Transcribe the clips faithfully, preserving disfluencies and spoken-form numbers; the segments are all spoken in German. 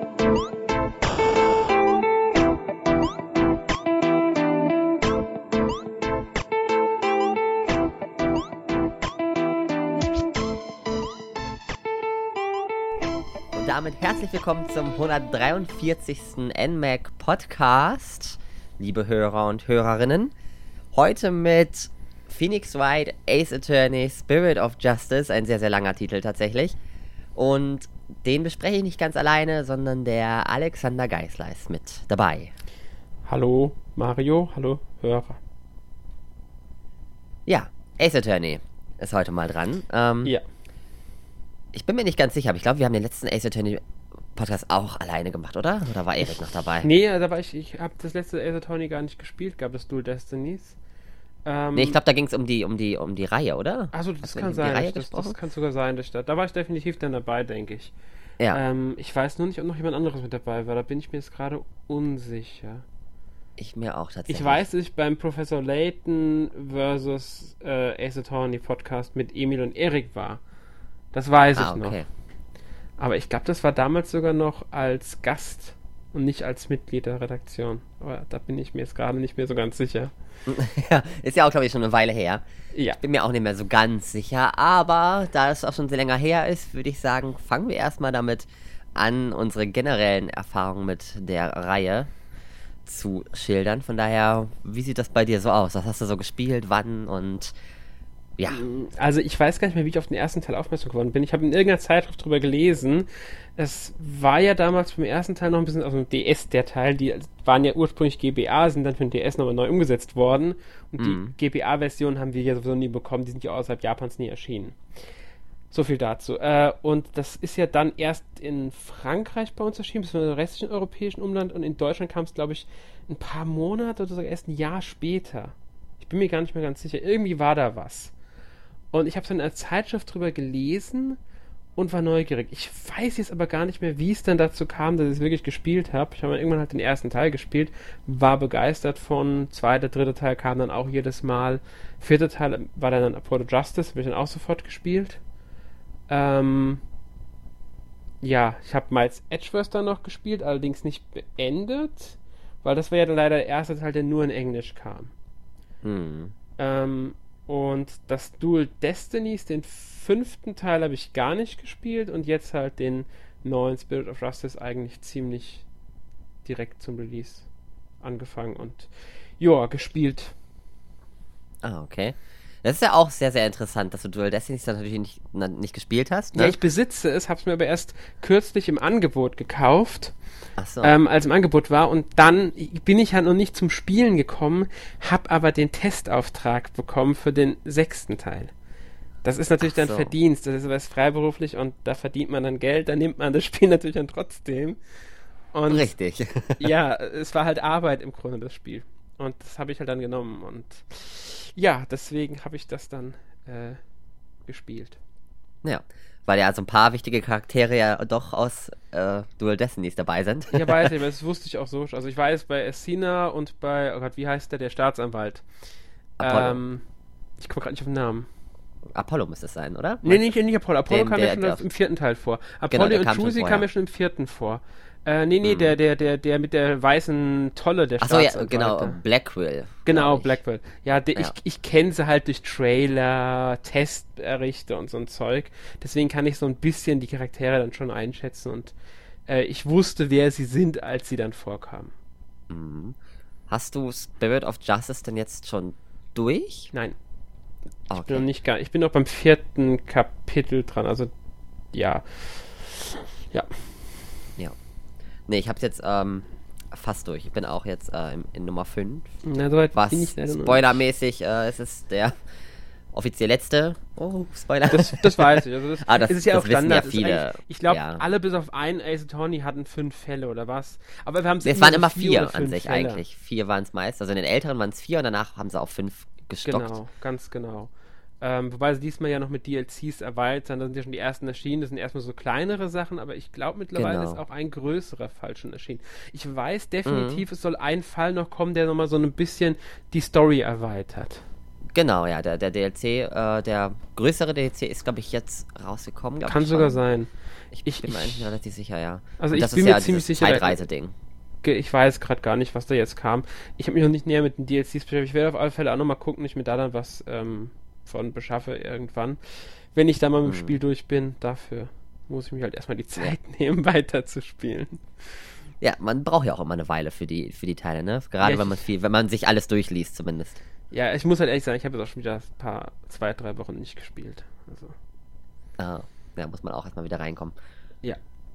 Damit herzlich willkommen zum hundertdreiundvierzigsten N M A C Podcast, liebe Hörer und Hörerinnen. Heute mit Phoenix Wright, Ace Attorney, Spirit of Justice, ein sehr, sehr langer Titel tatsächlich. Und den bespreche ich nicht ganz alleine, sondern der Alexander Geisler ist mit dabei. Hallo Mario, hallo Hörer. Ja, Ace Attorney ist heute mal dran. Ähm, ja. Ich bin mir nicht ganz sicher, aber ich glaube, wir haben den letzten Ace Attorney Podcast auch alleine gemacht, oder? Oder war Erik noch dabei? Nee, da war ich, ich habe das letzte Ace Attorney gar nicht gespielt, gab es Dual Destinies. Ähm, nee, ich glaube, da ging es um die, um, die, um die Reihe, oder? Also das Hast kann du sein, die Reihe das, gesprochen? das kann sogar sein, dass da, da war ich definitiv dann dabei, denke ich. Ja. Ähm, ich weiß nur nicht, ob noch jemand anderes mit dabei war, da bin ich mir jetzt gerade unsicher. Ich mir auch tatsächlich. Ich weiß, dass ich beim Professor Layton versus äh, Ace Attorney Podcast mit Emil und Erik war. Das weiß ah, ich okay. noch. Aber ich glaube, das war damals sogar noch als Gast und nicht als Mitglied der Redaktion. Aber da bin ich mir jetzt gerade nicht mehr so ganz sicher. Ja, ist ja auch, glaube ich, schon eine Weile her. Ja. Ich bin mir auch nicht mehr so ganz sicher. Aber da es auch schon sehr länger her ist, würde ich sagen, fangen wir erstmal damit an, unsere generellen Erfahrungen mit der Reihe zu schildern. Von daher, wie sieht das bei dir so aus? Was hast du so gespielt, wann und... Ja. Also ich weiß gar nicht mehr, wie ich auf den ersten Teil aufmerksam geworden bin. Ich habe in irgendeiner Zeitschrift drüber gelesen. Es war ja damals beim ersten Teil noch ein bisschen, also im D S der Teil, die waren ja ursprünglich G B A, sind dann für den D S nochmal neu umgesetzt worden. Und mhm. die G B A-Version haben wir ja sowieso nie bekommen, die sind ja außerhalb Japans nie erschienen. So viel dazu. Äh, und das ist ja dann erst in Frankreich bei uns erschienen, bis im restlichen europäischen Umland. Und in Deutschland kam es, glaube ich, ein paar Monate oder sogar erst ein Jahr später. Ich bin mir gar nicht mehr ganz sicher. Irgendwie war da was. Und ich habe so in einer Zeitschrift drüber gelesen und war neugierig. Ich weiß jetzt aber gar nicht mehr, wie es dann dazu kam, dass ich es wirklich gespielt habe. Ich habe irgendwann halt den ersten Teil gespielt, war begeistert von. Zweiter, dritter Teil kam dann auch jedes Mal. Vierter Teil war dann Apollo Justice, habe ich dann auch sofort gespielt. Ähm, ja, ich habe Miles Edgeworth dann noch gespielt, allerdings nicht beendet, weil das war ja dann leider der erste Teil, der nur in Englisch kam. Mhm. Ähm, Und das Dual Destinies, den fünften Teil habe ich gar nicht gespielt und jetzt halt den neuen Spirit of Justice eigentlich ziemlich direkt zum Release angefangen und ja, gespielt. Ah, okay. Das ist ja auch sehr, sehr interessant, dass du Dual Destinies dann natürlich nicht, na, nicht gespielt hast, ne? Ja, ich besitze es, habe es mir aber erst kürzlich im Angebot gekauft. Ach so. Ähm, als im Angebot war und dann bin ich halt noch nicht zum Spielen gekommen, habe aber den Testauftrag bekommen für den sechsten Teil. Das ist natürlich Ach dann so. Verdienst, das ist was freiberuflich und da verdient man dann Geld, da nimmt man das Spiel natürlich dann trotzdem. Und Richtig. ja, es war halt Arbeit im Grunde, das Spiel. Und das habe ich halt dann genommen und ja, deswegen habe ich das dann äh, gespielt. Ja, weil ja so ein paar wichtige Charaktere ja doch aus äh, Dual Destinies dabei sind. Ich weiß nicht, das wusste ich auch so. Also ich weiß bei Essina und bei, oh Gott, wie heißt der, der Staatsanwalt? Apollo. Ähm, ich komme gerade nicht auf den Namen. Apollo müsste es sein, oder? Nee, nicht, nicht Apollo. Apollo Den, kam der, ja schon der, im vierten Teil vor. Genau, Apollo der und kam schon Juicy vorher. kam ja schon im vierten vor. Äh, nee, nee, Mhm. der, der, der, der mit der weißen Tolle, der Ach so, ja, Staatsanwalt. genau, Blackwell. Genau, glaub ich. Blackwell. Ja, der, Ja. ich, ich kenne sie halt durch Trailer, Testberichte und so ein Zeug. Deswegen kann ich so ein bisschen die Charaktere dann schon einschätzen und äh, ich wusste, wer sie sind, als sie dann vorkamen. Mhm. Hast du Spirit of Justice denn jetzt schon durch? Nein. Ich Okay. bin noch nicht gar, ich bin noch beim vierten Kapitel dran, also ja. Ja. Ja. Nee, ich hab's jetzt ähm, fast durch. Ich bin auch jetzt äh, in, in Nummer fünf. Na, soweit Was bin ich leider noch nicht. spoilermäßig, äh, es ist der offiziell letzte. Oh, Spoiler. Das, das weiß ich. Also das, Ah, das- es ist ja das auch wissen Standard. ja Es ist viele, eigentlich- Ich glaube, ja. alle bis auf einen Ace Attorney hatten fünf Fälle oder was. Aber wir haben Nee, es waren immer so vier oder an fünf sich Fälle. eigentlich. Vier waren es meist. Also in den älteren waren es vier und danach haben sie auf fünf gestockt. Genau, ganz genau. Ähm, wobei sie diesmal ja noch mit D L Cs erweitern, da sind ja schon die ersten erschienen, das sind erstmal so kleinere Sachen, aber ich glaube mittlerweile Genau. ist auch ein größerer Fall schon erschienen. Ich weiß definitiv, mhm. es soll ein Fall noch kommen, der nochmal so ein bisschen die Story erweitert. Genau, ja, der, der D L C, äh, der größere D L C ist, glaube ich, jetzt rausgekommen. glaub Kann ich sogar schon. sein. Ich, ich bin mir eigentlich relativ sicher, ja. Also Und ich das bin ist mir ja ziemlich dieses sicher, Zeitreise-Ding. Ich weiß gerade gar nicht, was da jetzt kam. Ich habe mich noch nicht näher mit den D L Cs beschäftigt. Ich werde auf alle Fälle auch nochmal gucken, dass ich mir da dann was ähm, von beschaffe irgendwann. Wenn ich da mal mit dem Hm. Spiel durch bin, dafür muss ich mich halt erstmal die Zeit nehmen, weiter zu spielen. Ja, man braucht ja auch immer eine Weile für die, für die Teile, ne? Gerade Ja, ich- wenn man viel, wenn man sich alles durchliest zumindest. Ja, ich muss halt ehrlich sagen, ich habe jetzt auch schon wieder ein paar, zwei, drei Wochen nicht gespielt. Also, Ah, ja, muss man auch erstmal wieder reinkommen. ja.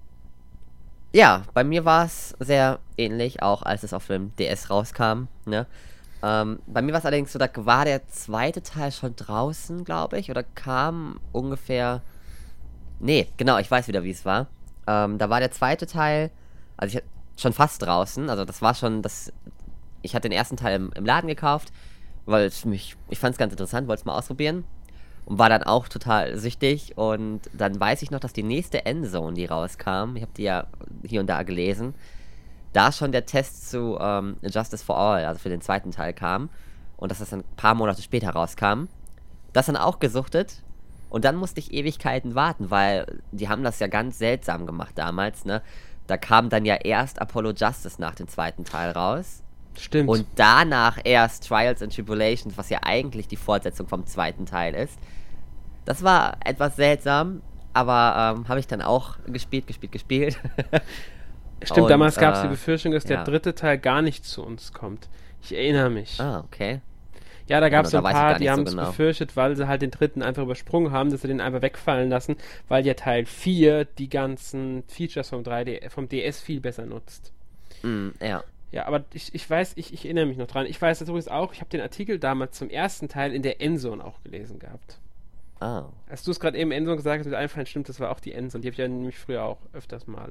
Ja, bei mir war es sehr ähnlich, auch als es auf dem D S rauskam, ne? Ähm, bei mir war es allerdings so, da war der zweite Teil schon draußen, glaube ich, oder kam ungefähr... Nee, genau, ich weiß wieder, wie es war. Ähm, da war der zweite Teil, also ich schon fast draußen, also das war schon das... Ich hatte den ersten Teil im, im Laden gekauft, weil es mich... Ich fand es ganz interessant, wollte es mal ausprobieren. Und war dann auch total süchtig. Und dann weiß ich noch, dass die nächste Endzone, die rauskam, ich habe die ja hier und da gelesen, da schon der Test zu ähm, Justice for All, also für den zweiten Teil kam. Und dass das dann ein paar Monate später rauskam. Das dann auch gesuchtet. Und dann musste ich Ewigkeiten warten, weil die haben das ja ganz seltsam gemacht damals, ne? Da kam dann ja erst Apollo Justice nach dem zweiten Teil raus. Stimmt. Und danach erst Trials and Tribulations, was ja eigentlich die Fortsetzung vom zweiten Teil ist. Das war etwas seltsam, aber ähm, habe ich dann auch gespielt, gespielt, gespielt. Stimmt, und, damals gab es äh, die Befürchtung, dass der ja. dritte Teil gar nicht zu uns kommt. Ich erinnere mich. Ah, okay. Ja, da gab es so Genau, ein da weiß ich paar, gar die nicht so haben es genau. befürchtet, weil sie halt den dritten einfach übersprungen haben, dass sie den einfach wegfallen lassen, weil ja Teil vier die ganzen Features vom drei D, vom D S viel besser nutzt. Mm, ja. Ja, aber ich, ich weiß, ich, ich erinnere mich noch dran. Ich weiß das übrigens auch, ich habe den Artikel damals zum ersten Teil in der Endzone auch gelesen gehabt. Ah. Als du es gerade eben Endzone gesagt hast, mit einfallen, stimmt, das war auch die Endzone. Die habe ich ja nämlich früher auch öfters mal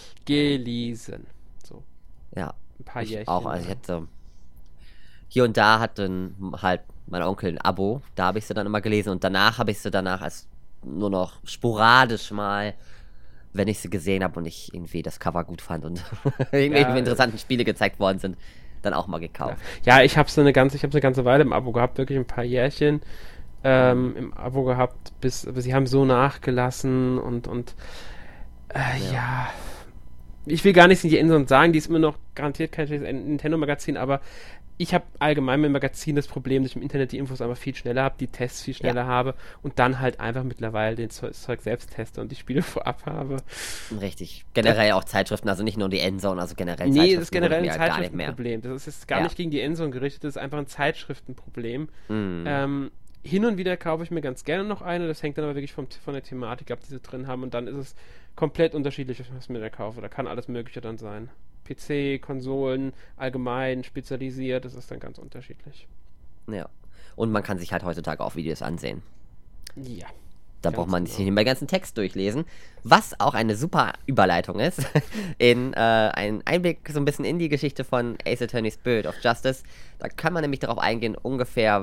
gelesen. So, Ja. ein paar Ich Jährchen. auch, also ich hatte hier und da hatte halt mein Onkel ein Abo, da habe ich sie dann immer gelesen und danach habe ich sie danach als nur noch sporadisch mal, wenn ich sie gesehen habe und ich irgendwie das Cover gut fand und irgendwelche Ja, interessanten Spiele gezeigt worden sind, dann auch mal gekauft. Ja, ich habe so eine ganze, ich habe eine ganze Weile im Abo gehabt, wirklich ein paar Jährchen ähm, im Abo gehabt, bis, aber sie haben so nachgelassen und und äh, ja. Ja. Ich will gar nichts in die Endzone sagen, die ist immer noch garantiert kein schlechtes Nintendo-Magazin, aber ich habe allgemein mit dem Magazin das Problem, dass ich im Internet die Infos einfach viel schneller habe, die Tests viel schneller Ja. habe und dann halt einfach mittlerweile den Zeug, Zeug selbst teste und die Spiele vorab habe. Richtig. Generell auch Zeitschriften, also nicht nur die Endzone, also generell Nee, Zeitschriften. das ist generell hole ein ich mir halt gar nicht mehr. Zeitschriftenproblem. Das ist jetzt gar Ja. nicht gegen die Endzone gerichtet, das ist einfach ein Zeitschriftenproblem. Mhm. Ähm, hin und wieder kaufe ich mir ganz gerne noch eine, das hängt dann aber wirklich vom, von der Thematik ab, die sie drin haben und dann ist es komplett unterschiedlich, was ich mir da kaufe. Da kann alles Mögliche dann sein. P C, Konsolen, allgemein, spezialisiert, das ist dann ganz unterschiedlich. Ja. Und man kann sich halt heutzutage auch Videos ansehen. Ja. Da Ganz braucht man genau. sich nicht mehr den ganzen Text durchlesen. Was auch eine super Überleitung ist in äh, einen Einblick so ein bisschen in die Geschichte von Ace Attorney Spirit of Justice. Da kann man nämlich darauf eingehen, ungefähr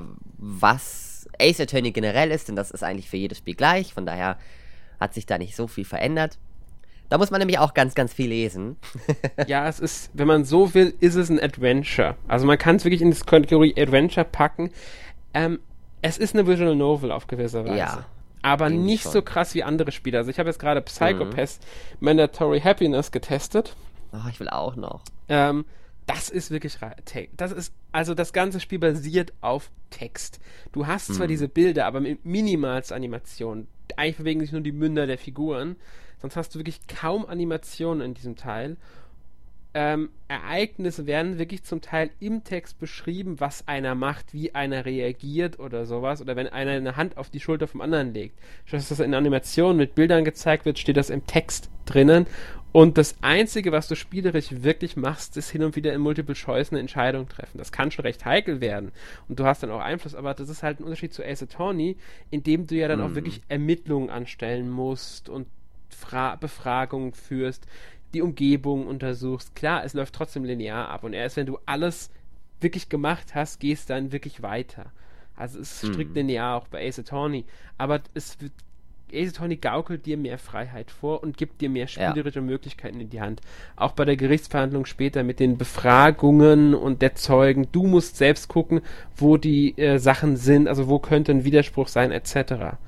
was Ace Attorney generell ist, denn das ist eigentlich für jedes Spiel gleich. Von daher hat sich da nicht so viel verändert. Da muss man nämlich auch ganz, ganz viel lesen. Ja, es ist, wenn man so will, ist es ein Adventure. Also man kann es wirklich in die Kategorie Adventure packen. Ähm, es ist eine Visual Novel auf gewisse Weise. Ja, aber irgendwie nicht schon. so krass wie andere Spiele. Also ich habe jetzt gerade Psychopath Mhm. Mandatory Happiness getestet. Oh, ich will auch noch. Ähm, das ist wirklich ra- Te- das ist also das ganze Spiel basiert auf Text. Du hast zwar Mhm. diese Bilder, aber mit minimals Animationen. Eigentlich bewegen sich nur die Münder der Figuren. Sonst hast du wirklich kaum Animationen in diesem Teil. Ähm, Ereignisse werden wirklich zum Teil im Text beschrieben, was einer macht, wie einer reagiert oder sowas. Oder wenn einer eine Hand auf die Schulter vom anderen legt. Statt dass das in Animationen mit Bildern gezeigt wird, steht das im Text drinnen. Und das Einzige, was du spielerisch wirklich machst, ist hin und wieder in Multiple Choice eine Entscheidung treffen. Das kann schon recht heikel werden. Und du hast dann auch Einfluss, aber das ist halt ein Unterschied zu Ace Attorney, in dem du ja dann Mhm. auch wirklich Ermittlungen anstellen musst und Fra- Befragungen führst, die Umgebung untersuchst. Klar, es läuft trotzdem linear ab und erst wenn du alles wirklich gemacht hast, gehst dann wirklich weiter. Also es ist strikt Mhm. linear auch bei Ace Attorney, aber es wird, Ace Attorney gaukelt dir mehr Freiheit vor und gibt dir mehr spielerische Möglichkeiten in die Hand. Auch bei der Gerichtsverhandlung später mit den Befragungen und der Zeugen. Du musst selbst gucken, wo die äh, Sachen sind, also wo könnte ein Widerspruch sein, et cetera.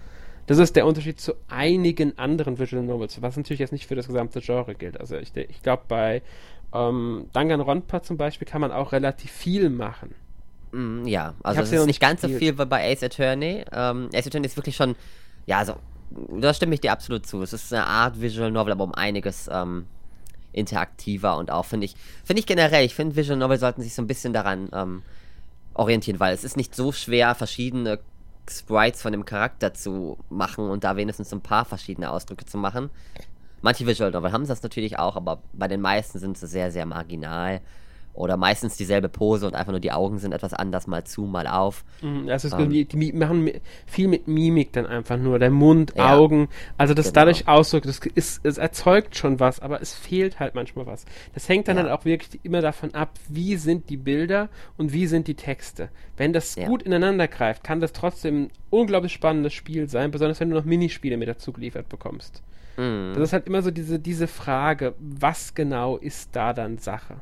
Das ist der Unterschied zu einigen anderen Visual Novels, was natürlich jetzt nicht für das gesamte Genre gilt. Also ich, ich glaube, bei ähm, Danganronpa zum Beispiel kann man auch relativ viel machen. Mm, ja, also es ist nicht ganz so viel wie bei Ace Attorney. Ähm, Ace Attorney ist wirklich schon, ja, also, da stimme ich dir absolut zu. Es ist eine Art Visual Novel, aber um einiges ähm, interaktiver und auch, finde ich, finde ich generell, ich finde, Visual Novel sollten sich so ein bisschen daran ähm, orientieren, weil es ist nicht so schwer, verschiedene Sprites von dem Charakter zu machen und da wenigstens ein paar verschiedene Ausdrücke zu machen. Manche Visual Novel haben das natürlich auch, aber bei den meisten sind sie sehr, sehr marginal. Oder meistens dieselbe Pose und einfach nur die Augen sind etwas anders, mal zu, mal auf. Das ist, ähm, die, die machen viel mit Mimik dann einfach nur. Der Mund, ja, Augen, also das genau. dadurch Ausdruck, das ist, es erzeugt schon was, aber es fehlt halt manchmal was. Das hängt dann ja. halt auch wirklich immer davon ab, wie sind die Bilder und wie sind die Texte. Wenn das ja. gut ineinander greift, kann das trotzdem ein unglaublich spannendes Spiel sein, besonders wenn du noch Minispiele mit dazu geliefert bekommst. Mhm. Das ist halt immer so diese, diese Frage, was genau ist da dann Sache?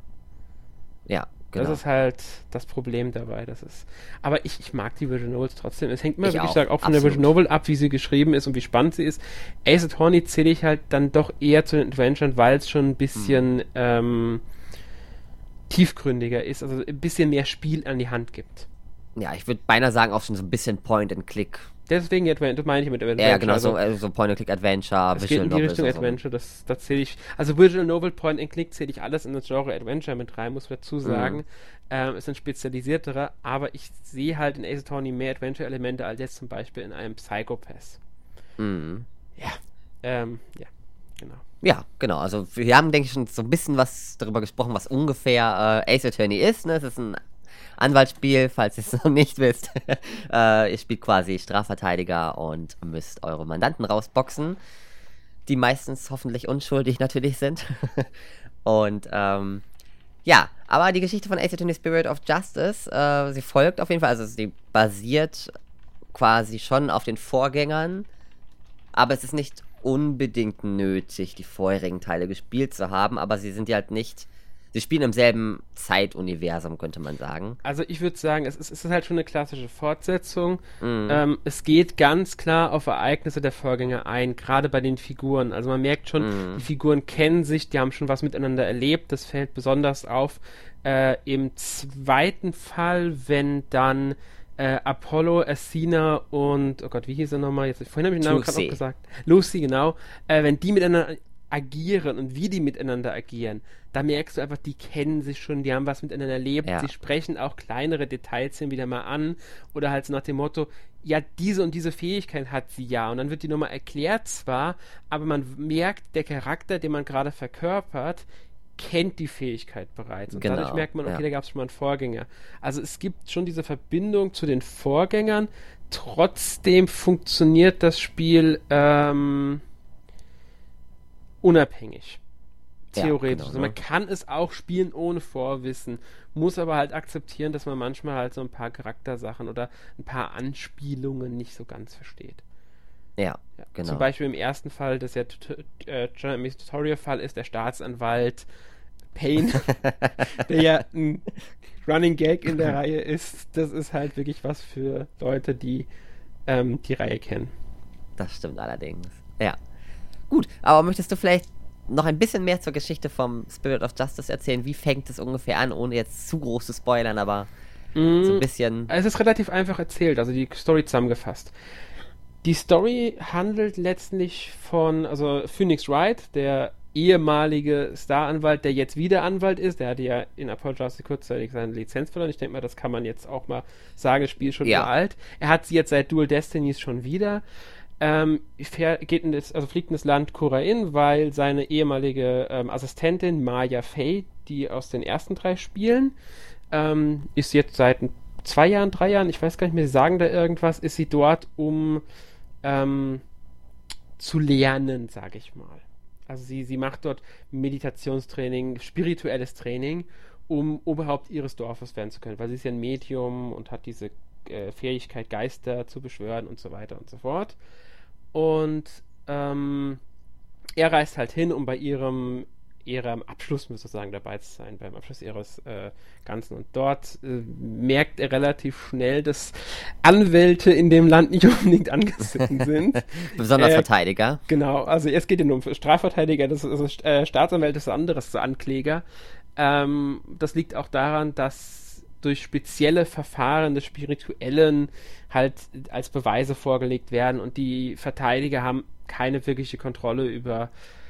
Ja, genau. Das ist halt das Problem dabei. Das ist, aber ich, ich mag die Visual Novels trotzdem. Es hängt immer, ich wie auch, gesagt, auch von absolut. der Visual Novel ab, wie sie geschrieben ist und wie spannend sie ist. Ace Attorney zähle ich halt dann doch eher zu den Adventuren, weil es schon ein bisschen hm. ähm, tiefgründiger ist, also ein bisschen mehr Spiel an die Hand gibt. Ja, ich würde beinahe sagen, auch schon so ein bisschen Point-and-Click. Deswegen, das meine ich mit Adventure. Ja, genau, also, so, so Point-and-Click-Adventure, das geht in die Richtung Adventure, so. das, das zähle ich, also Visual Novel, Point-and-Click zähle ich alles in das Genre Adventure mit rein, muss man dazu sagen. Mhm. Ähm, es sind spezialisiertere, aber ich sehe halt in Ace Attorney mehr Adventure-Elemente als jetzt zum Beispiel in einem Psychopath. Mhm. Ja, ähm, ja, genau. Ja, genau, also wir haben, denke ich, schon so ein bisschen was darüber gesprochen, was ungefähr äh, Ace Attorney ist, ne, es ist ein Anwaltsspiel, falls ihr es noch nicht wisst. äh, ihr spielt quasi Strafverteidiger und müsst eure Mandanten rausboxen, die meistens hoffentlich unschuldig natürlich sind. und ähm, ja, aber die Geschichte von Ace Attorney Spirit of Justice, äh, sie folgt auf jeden Fall, also sie basiert quasi schon auf den Vorgängern, aber es ist nicht unbedingt nötig, die vorherigen Teile gespielt zu haben, aber sie sind ja halt nicht... Sie spielen im selben Zeituniversum, könnte man sagen. Also ich würde sagen, es ist, es ist halt schon eine klassische Fortsetzung. Mm. Ähm, es geht ganz klar auf Ereignisse der Vorgänger ein, gerade bei den Figuren. Also man merkt schon, mm. die Figuren kennen sich, die haben schon was miteinander erlebt. Das fällt besonders auf äh, im zweiten Fall, wenn dann äh, Apollo, Athena und, oh Gott, wie hieß er nochmal? Jetzt, vorhin habe ich den Namen gerade noch gesagt. Lucy, genau. Äh, wenn die miteinander agieren und wie die miteinander agieren, da merkst du einfach, die kennen sich schon, die haben was miteinander erlebt, ja. Sie sprechen auch kleinere Details hin wieder mal an oder halt so nach dem Motto, ja, diese und diese Fähigkeit hat sie ja und dann wird die nochmal erklärt zwar, aber man merkt, der Charakter, den man gerade verkörpert, kennt die Fähigkeit bereits und genau, dadurch merkt man, okay, ja. da gab es schon mal einen Vorgänger. Also es gibt schon diese Verbindung zu den Vorgängern, trotzdem funktioniert das Spiel ähm, unabhängig. Theoretisch. Ja, genau, also man ne? kann es auch spielen ohne Vorwissen, muss aber halt akzeptieren, dass man manchmal halt so ein paar Charaktersachen oder ein paar Anspielungen nicht so ganz versteht. Ja, ja. genau. Zum Beispiel im ersten Fall, das ja äh, Tutorial-Fall ist, der Staatsanwalt Payne, der ja ein Running Gag in der Reihe ist. Das ist halt wirklich was für Leute, die ähm, die Reihe kennen. Das stimmt allerdings. Ja. Gut, aber möchtest du vielleicht noch ein bisschen mehr zur Geschichte vom Spirit of Justice erzählen? Wie fängt es ungefähr an, ohne jetzt zu groß zu spoilern, aber mm, so ein bisschen... Es ist relativ einfach erzählt, also die Story zusammengefasst. Die Story handelt letztlich von, also Phoenix Wright, der ehemalige Staranwalt, der jetzt wieder Anwalt ist, der hatte ja in Apollo Justice kurzzeitig seine Lizenz verloren. Ich denke mal, das kann man jetzt auch mal sagen, das Spiel ist schon ja. alt. Er hat sie jetzt seit Dual Destinies schon wieder. Ähm, geht in das, also fliegt in das Land Kurain, weil seine ehemalige ähm, Assistentin Maya Fey, die aus den ersten drei Spielen, ähm, ist jetzt seit zwei Jahren, drei Jahren, ich weiß gar nicht mehr, sie sagen da irgendwas, ist sie dort, um ähm, zu lernen, sage ich mal. Also sie, sie macht dort Meditationstraining, spirituelles Training, um Oberhaupt ihres Dorfes werden zu können, weil sie ist ja ein Medium und hat diese äh, Fähigkeit, Geister zu beschwören und so weiter und so fort. Und ähm, er reist halt hin, um bei ihrem ihrem Abschluss, müsste ich sagen, dabei zu sein, beim Abschluss ihres äh, Ganzen. Und dort äh, merkt er relativ schnell, dass Anwälte in dem Land nicht unbedingt angesehen sind. Besonders äh, Verteidiger. Genau, also es geht ja nur um Strafverteidiger, das ist, also äh, Staatsanwälte ist was anderes zu Ankläger. Ähm, das liegt auch daran, dass durch spezielle Verfahren des Spirituellen halt als Beweise vorgelegt werden und die Verteidiger haben keine wirkliche Kontrolle über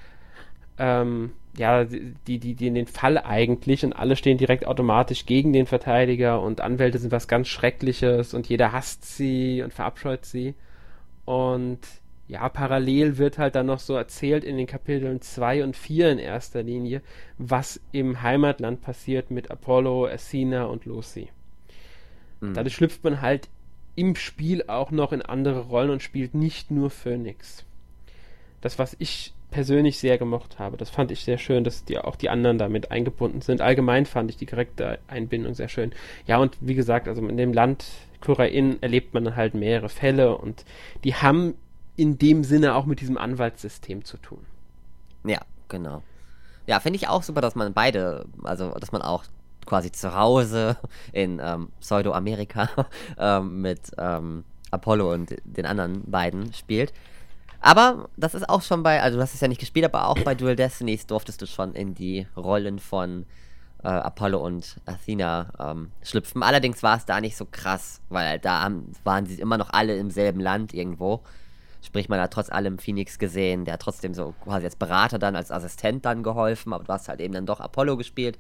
ähm, ja, die, die, die in den Fall eigentlich und alle stehen direkt automatisch gegen den Verteidiger und Anwälte sind was ganz Schreckliches und jeder hasst sie und verabscheut sie. Und ja, parallel wird halt dann noch so erzählt in den Kapiteln zwei und vier in erster Linie, was im Heimatland passiert mit Apollo, Athena und Lucy. Mhm. Dadurch schlüpft man halt im Spiel auch noch in andere Rollen und spielt nicht nur Phoenix. Das, was ich persönlich sehr gemocht habe, das fand ich sehr schön, dass die, auch die anderen damit eingebunden sind. Allgemein fand ich die Charaktereinbindung sehr schön. Ja, und wie gesagt, also in dem Land Khurain erlebt man halt mehrere Fälle und die haben in dem Sinne auch mit diesem Anwaltssystem zu tun. Ja, genau. Ja, finde ich auch super, dass man beide, also dass man auch quasi zu Hause in ähm, Pseudo-Amerika ähm, mit ähm, Apollo und den anderen beiden spielt. Aber das ist auch schon bei, also du hast es ja nicht gespielt, aber auch bei Dual Destinies durftest du schon in die Rollen von äh, Apollo und Athena ähm, schlüpfen. Allerdings war es da nicht so krass, weil da haben, waren sie immer noch alle im selben Land irgendwo. Sprich, man hat trotz allem Phoenix gesehen, der hat trotzdem so quasi als Berater dann, als Assistent dann geholfen, aber du hast halt eben dann doch Apollo gespielt.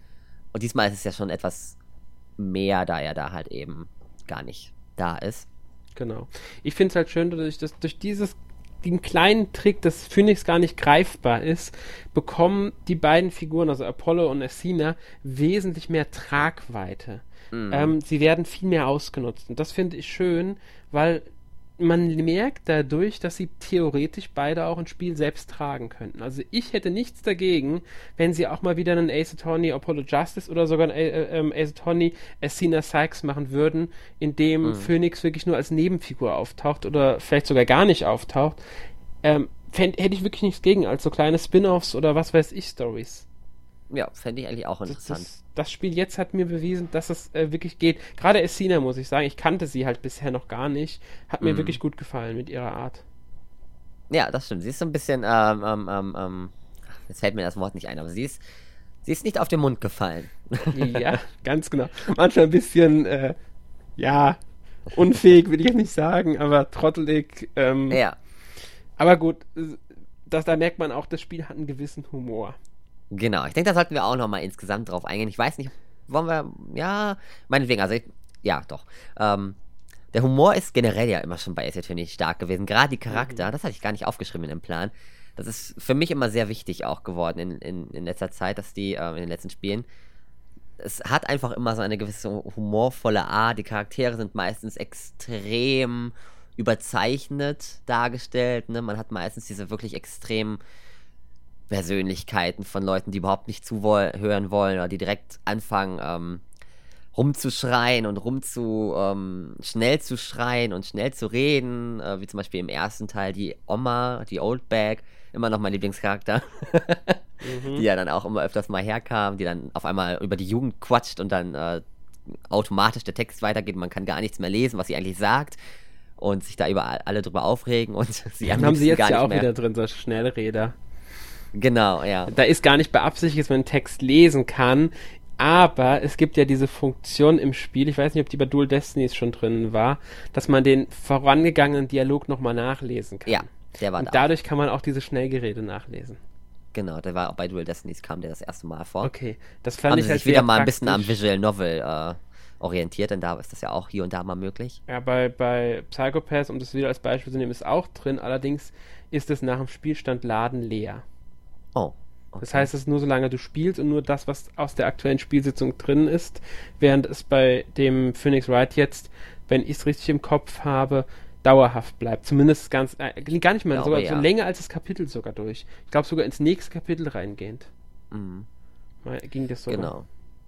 Und diesmal ist es ja schon etwas mehr, da er da halt eben gar nicht da ist. Genau. Ich finde es halt schön, dass das durch dieses den kleinen Trick, dass Phoenix gar nicht greifbar ist, bekommen die beiden Figuren, also Apollo und Athena, wesentlich mehr Tragweite. Mhm. Ähm, sie werden viel mehr ausgenutzt. Und das finde ich schön, weil man merkt dadurch, dass sie theoretisch beide auch ein Spiel selbst tragen könnten. Also ich hätte nichts dagegen, wenn sie auch mal wieder einen Ace Attorney Apollo Justice oder sogar einen äh, äh, Ace Attorney Athena Sykes machen würden, in dem mhm. Phoenix wirklich nur als Nebenfigur auftaucht oder vielleicht sogar gar nicht auftaucht. Ähm, fänd, hätte ich wirklich nichts gegen, als so kleine Spin-Offs oder was weiß ich Stories. Ja, fände ich eigentlich auch interessant. Das, das, das Spiel jetzt hat mir bewiesen, dass es äh, wirklich geht. Gerade Athena, muss ich sagen, ich kannte sie halt bisher noch gar nicht. Hat mir mm. wirklich gut gefallen mit ihrer Art. Ja, das stimmt. Sie ist so ein bisschen, ähm, ähm, ähm, ähm, jetzt fällt mir das Wort nicht ein, aber sie ist, sie ist nicht auf den Mund gefallen. Ja, ganz genau. Manchmal ein bisschen, äh, ja, unfähig will ich nicht sagen, aber trottelig. Ähm, ja. Aber gut, das, da merkt man auch, das Spiel hat einen gewissen Humor. Genau, ich denke, da sollten wir auch nochmal insgesamt drauf eingehen. Ich weiß nicht, wollen wir, ja, meinetwegen, also, ich, ja, doch. Ähm, der Humor ist generell ja immer schon bei Ace Attorney stark gewesen. Gerade die Charakter, mhm. das hatte ich gar nicht aufgeschrieben in dem Plan. Das ist für mich immer sehr wichtig auch geworden in, in, in letzter Zeit, dass die, äh, in den letzten Spielen, es hat einfach immer so eine gewisse humorvolle Art. Die Charaktere sind meistens extrem überzeichnet dargestellt, ne? Man hat meistens diese wirklich extrem Persönlichkeiten von Leuten, die überhaupt nicht zuhören wollen oder die direkt anfangen, ähm, rumzuschreien und rumzu, ähm, schnell zu schreien und schnell zu reden, äh, wie zum Beispiel im ersten Teil die Oma, die Old Bag, immer noch mein Lieblingscharakter, mhm. die ja dann auch immer öfters mal herkam, die dann auf einmal über die Jugend quatscht und dann äh, automatisch der Text weitergeht und man kann gar nichts mehr lesen, was sie eigentlich sagt und sich da über alle drüber aufregen und sie haben sie jetzt ja auch mehr. Wieder drin, so Schnellräder. Genau, ja. Da ist gar nicht beabsichtigt, dass man einen Text lesen kann, aber es gibt ja diese Funktion im Spiel, ich weiß nicht, ob die bei Dual Destinies schon drin war, dass man den vorangegangenen Dialog nochmal nachlesen kann. Ja, der war Und da. dadurch kann man auch diese Schnellgerede nachlesen. Genau, der war auch bei Dual Destinies, kam der das erste Mal vor. Okay, das fand Haben ich sie halt sich wieder mal ein bisschen am Visual Novel äh, orientiert, denn da ist das ja auch hier und da mal möglich. Ja, bei, bei Psycho-Pass, um das wieder als Beispiel zu nehmen, ist auch drin, allerdings ist es nach dem Spielstand Laden leer. Oh. Okay. Das heißt, es ist nur solange du spielst und nur das, was aus der aktuellen Spielsitzung drin ist, während es bei dem Phoenix Wright jetzt, wenn ich es richtig im Kopf habe, dauerhaft bleibt. Zumindest ganz, äh, gar nicht mehr, glaube, sogar ja. so länger als das Kapitel sogar durch. Ich glaube sogar ins nächste Kapitel reingehend. Mhm. Mal, ging das sogar. Genau.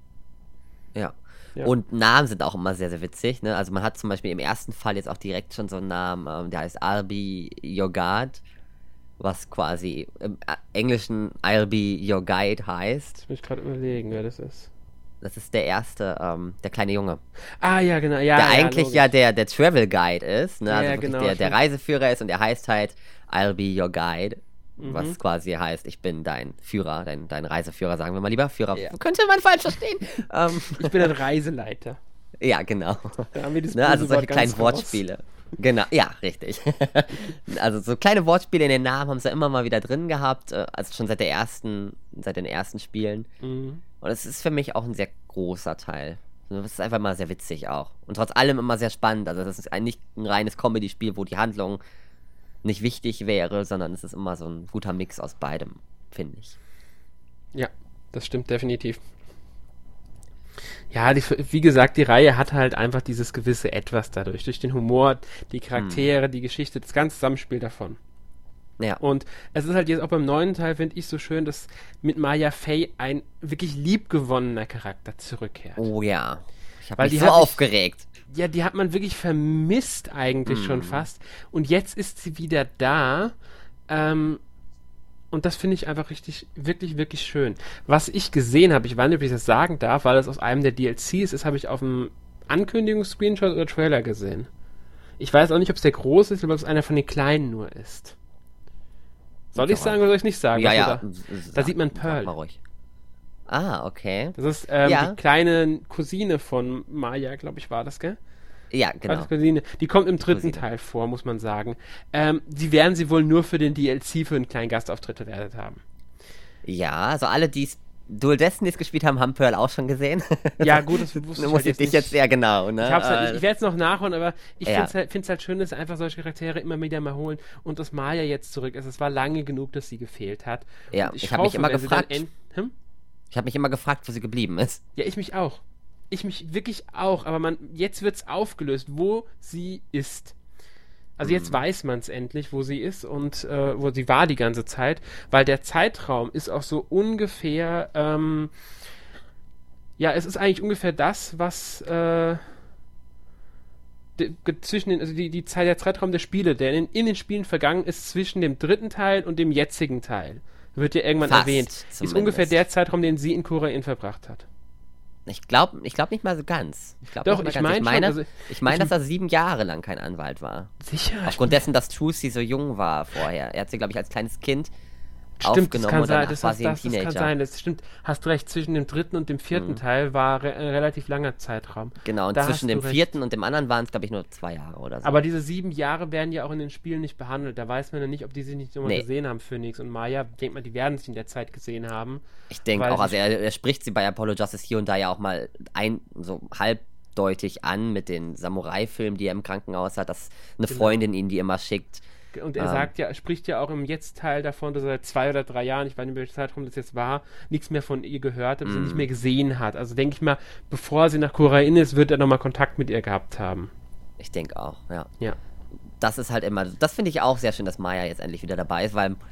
Ja. Ja. Und Namen sind auch immer sehr, sehr witzig. Ne? Also man hat zum Beispiel im ersten Fall jetzt auch direkt schon so einen Namen, ähm, der heißt I'll be your God. was quasi im Englischen I'll be your guide heißt. Ich muss gerade überlegen, wer das ist. Das ist der erste, ähm, der kleine Junge. Ah, ja, genau. Ja, der ja, eigentlich logisch. ja der, der Travel Guide ist, ne? Ja, Also ja, wirklich genau, der, der stimmt. Reiseführer ist und der heißt halt I'll be your guide. Mhm. Was quasi heißt, ich bin dein Führer, dein, dein Reiseführer, sagen wir mal lieber. Führer Ja. könnte man falsch verstehen. ähm, Ich bin ein Reiseleiter. ja, genau. Da haben wir das Ne, also böse solche Wort ganz kleinen raus. Wortspiele. Genau, ja, richtig. Also so kleine Wortspiele in den Namen haben sie immer mal wieder drin gehabt, äh, also schon seit der ersten, seit den ersten Spielen. Mhm. Und es ist für mich auch ein sehr großer Teil. Das ist einfach mal sehr witzig auch. Und trotz allem immer sehr spannend. Also das ist ein, nicht ein reines Comedy-Spiel, wo die Handlung nicht wichtig wäre, sondern es ist immer so ein guter Mix aus beidem, finde ich. Ja, das stimmt definitiv. Ja, die, wie gesagt, die Reihe hat halt einfach dieses gewisse Etwas dadurch. Durch den Humor, die Charaktere, die Geschichte, das ganze Zusammenspiel davon. Ja. Und es ist halt jetzt auch beim neuen Teil, finde ich, so schön, dass mit Maya Fey ein wirklich liebgewonnener Charakter zurückkehrt. Oh ja. Ich habe Weil mich die so hat mich- aufgeregt. Ja, die hat man wirklich vermisst eigentlich Mhm. schon fast. Und jetzt ist sie wieder da. Ähm, und das finde ich einfach richtig, wirklich, wirklich schön. Was ich gesehen habe, ich weiß nicht, ob ich das sagen darf, weil es aus einem der D L Cs ist, habe ich auf dem Ankündigungs-Screenshot oder Trailer gesehen. Ich weiß auch nicht, ob es der große ist oder ob es einer von den kleinen nur ist. Soll ich Ja, sagen oder soll ich nicht sagen? Ja, Was ja. du Da, s- da sieht man sag Pearl. mal ruhig. Ah, okay. Das ist ähm, Ja. die kleine Cousine von Maya, glaube ich, war das, gell? Ja, genau. Als Cousine. Die kommt im dritten Cousine. Teil vor, muss man sagen. Ähm, die werden sie wohl nur für den D L C, für einen kleinen Gastauftritt verwertet haben. Ja, also alle, die Dual Destinies gespielt haben, haben Pearl auch schon gesehen. Ja, gut, das wusste Du ich musst halt dich jetzt jetzt nicht. sehr genau, ne? Ich, hab's halt, Äh, ich werde es noch nachholen, aber ich Ja. finde es halt, find's halt schön, dass einfach solche Charaktere immer wieder mal holen und dass Maya jetzt zurück ist. Es war lange genug, dass sie gefehlt hat. Ja, Und ich hab mich immer wenn sie dann gefragt. end- hm? Ich habe mich immer gefragt, wo sie geblieben ist. Ja, ich mich auch. Ich mich wirklich auch, aber man, jetzt wird's aufgelöst, wo sie ist. Also jetzt weiß man es endlich, wo sie ist und äh, wo sie war die ganze Zeit, weil der Zeitraum ist auch so ungefähr, ähm, ja, es ist eigentlich ungefähr das, was äh, de, ge- zwischen den, also die, die Zeit, der Zeitraum der Spiele, der in, in den Spielen vergangen ist zwischen dem dritten Teil und dem jetzigen Teil. Wird ja irgendwann Fast, erwähnt. Ist zumindest. ungefähr der Zeitraum, den sie in Korain verbracht hat. Ich glaube ich glaub nicht mal so ganz. Ich glaub Doch, nicht ich mal ganz. mein ich meine, schon, also ich meine, ich- dass er sieben Jahre lang kein Anwalt war. Sicher. Aufgrund dessen, dass Trucy so jung war vorher. Er hat sie, glaube ich, als kleines Kind Stimmt, das aufgenommen kann und sein, danach das, war das, sie ein das, das Teenager. kann sein, das stimmt. Hast recht, zwischen dem dritten und dem vierten Mhm. Teil war re ein relativ langer Zeitraum. Genau, und Da zwischen hast dem du recht. vierten und dem anderen waren es, glaube ich, nur zwei Jahre oder so. Aber diese sieben Jahre werden ja auch in den Spielen nicht behandelt. Da weiß man ja nicht, ob die sich nicht nochmal Nee. gesehen haben, Phoenix und Maya. Denkt man, die werden sich in der Zeit gesehen haben. Ich denke Weil auch, also sich- er, er spricht sie bei Apollo Justice hier und da ja auch mal ein, so halbdeutig an mit den Samurai-Filmen, die er im Krankenhaus hat, dass eine Genau. Freundin ihn die immer schickt. Und er Ähm. sagt ja, spricht ja auch im Jetzt-Teil davon, dass er seit zwei oder drei Jahren, ich weiß nicht, welcher Zeitraum das jetzt war, nichts mehr von ihr gehört hat, sie Mhm. nicht mehr gesehen hat. Also denke ich mal, bevor sie nach Korain ist, wird er nochmal Kontakt mit ihr gehabt haben. Ich denke auch, ja. Ja. Das ist halt immer, das finde ich auch sehr schön, dass Maya jetzt endlich wieder dabei ist, weil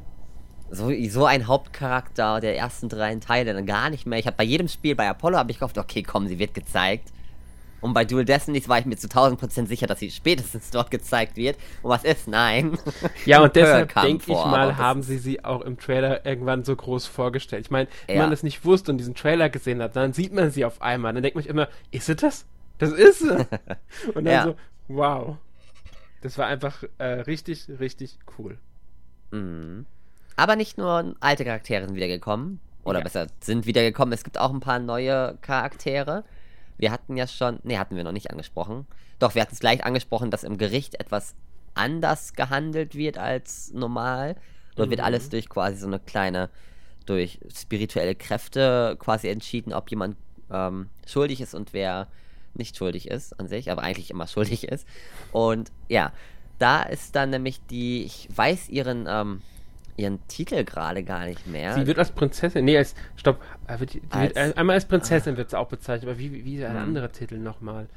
so, so ein Hauptcharakter der ersten drei Teile dann gar nicht mehr. Ich habe bei jedem Spiel, bei Apollo habe ich gehofft, okay, komm, sie wird gezeigt. Und bei Dual Destinies war ich mir zu tausend Prozent sicher, dass sie spätestens dort gezeigt wird. Und was ist? Nein. Ja, und Pearl deshalb kam denke ich vor, mal, aber das haben ist- sie sie auch im Trailer irgendwann so groß vorgestellt. Ich meine, wenn Ja. man das nicht wusste und diesen Trailer gesehen hat, dann sieht man sie auf einmal. Dann denkt man sich immer, ist sie das? Das ist sie! Und dann Ja. so, wow. Das war einfach äh, richtig, richtig cool. Mhm. Aber nicht nur alte Charaktere sind wiedergekommen. Oder Ja. besser, sind wiedergekommen. Es gibt auch ein paar neue Charaktere. Wir hatten ja schon, nee, hatten wir noch nicht angesprochen. Doch, wir hatten es gleich angesprochen, dass im Gericht etwas anders gehandelt wird als normal. Dort wird Mhm. alles durch quasi so eine kleine, durch spirituelle Kräfte quasi entschieden, ob jemand ähm, schuldig ist und wer nicht schuldig ist an sich, aber eigentlich immer schuldig ist. Und ja, da ist dann nämlich die, ich weiß ihren, ähm, ihren Titel gerade gar nicht mehr. Sie wird als Prinzessin, nee, als, stopp, äh, wird, die wird, Als- äh, einmal als Prinzessin wird sie auch bezeichnet, aber wie, wie, wie ist ein Hm. anderer Titel nochmal?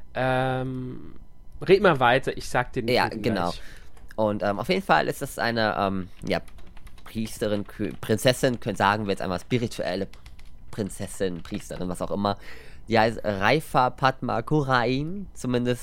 Ähm, red mal weiter, ich sag dir den Ja, Titel genau. gleich. Und ähm, auf jeden Fall ist es eine, ähm, ja, Priesterin, Kö- Prinzessin, können sagen wir jetzt einmal spirituelle Prinzessin, Priesterin, was auch immer. Die heißt Raifa Padma Kurain, zumindest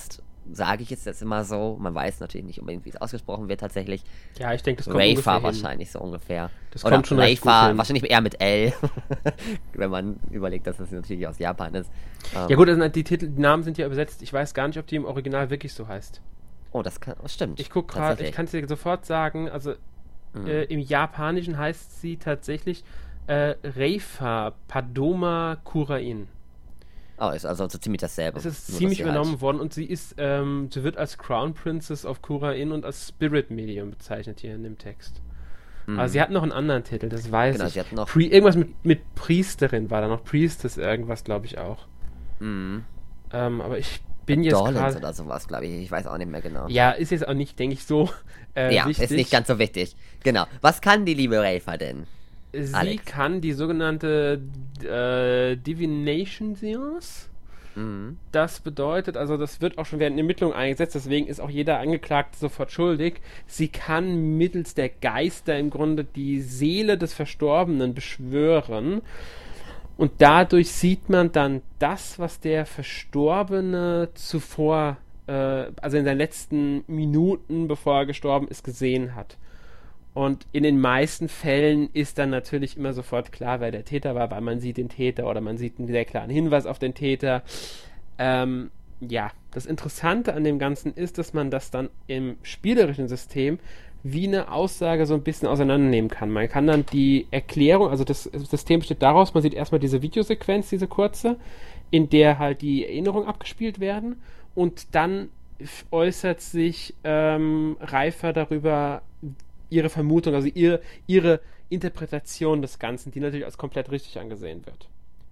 sage ich jetzt das immer so. Man weiß natürlich nicht unbedingt, wie es ausgesprochen wird tatsächlich. Ja, ich denke, das kommt Rafer ungefähr wahrscheinlich so ungefähr. Das Oder kommt schon recht gut Rafer, hin. wahrscheinlich eher mit L, wenn man überlegt, dass das natürlich aus Japan ist. Ja gut, also die Titel, die Namen sind ja übersetzt. Ich weiß gar nicht, ob die im Original wirklich so heißt. Oh, das kann, oh, stimmt. Ich guck gerade, ich kann es dir sofort sagen, also Mhm. äh, im Japanischen heißt sie tatsächlich äh, Reifa Padoma Kurain. Oh, ist also so ziemlich dasselbe. Es ist Nur, ziemlich dass sie übernommen halt, worden und sie ist, ähm, sie wird als Crown Princess of Kurain und als Spirit Medium bezeichnet hier in dem Text. Mhm. Aber sie hat noch einen anderen Titel, das weiß Genau, ich. sie hat noch- Pri irgendwas mit, mit Priesterin war da noch, Priestess irgendwas, glaube ich auch. Mhm. Ähm, aber ich bin jetzt Dorlins gerade... oder sowas, glaube ich. Ich weiß auch nicht mehr genau. Ja, ist jetzt auch nicht, denke ich, so äh, Ja, wichtig. ist nicht ganz so wichtig. Genau. Was kann die liebe Rafer denn? Sie Alex. kann die sogenannte äh, Divination Seance. Mhm. Das bedeutet, also das wird auch schon während der Ermittlungen eingesetzt, deswegen ist auch jeder Angeklagte sofort schuldig. Sie kann mittels der Geister im Grunde die Seele des Verstorbenen beschwören. Und dadurch sieht man dann das, was der Verstorbene zuvor, äh, also in seinen letzten Minuten, bevor er gestorben ist, gesehen hat. Und in den meisten Fällen ist dann natürlich immer sofort klar, wer der Täter war, weil man sieht den Täter oder man sieht einen sehr klaren Hinweis auf den Täter. Ähm, ja, das Interessante an dem Ganzen ist, dass man das dann im spielerischen System wie eine Aussage so ein bisschen auseinandernehmen kann. Man kann dann die Erklärung, also das System besteht daraus, man sieht erstmal diese Videosequenz, diese kurze, in der halt die Erinnerungen abgespielt werden und dann äußert sich ähm, Reifer darüber, ihre Vermutung, also ihr, ihre Interpretation des Ganzen, die natürlich als komplett richtig angesehen wird.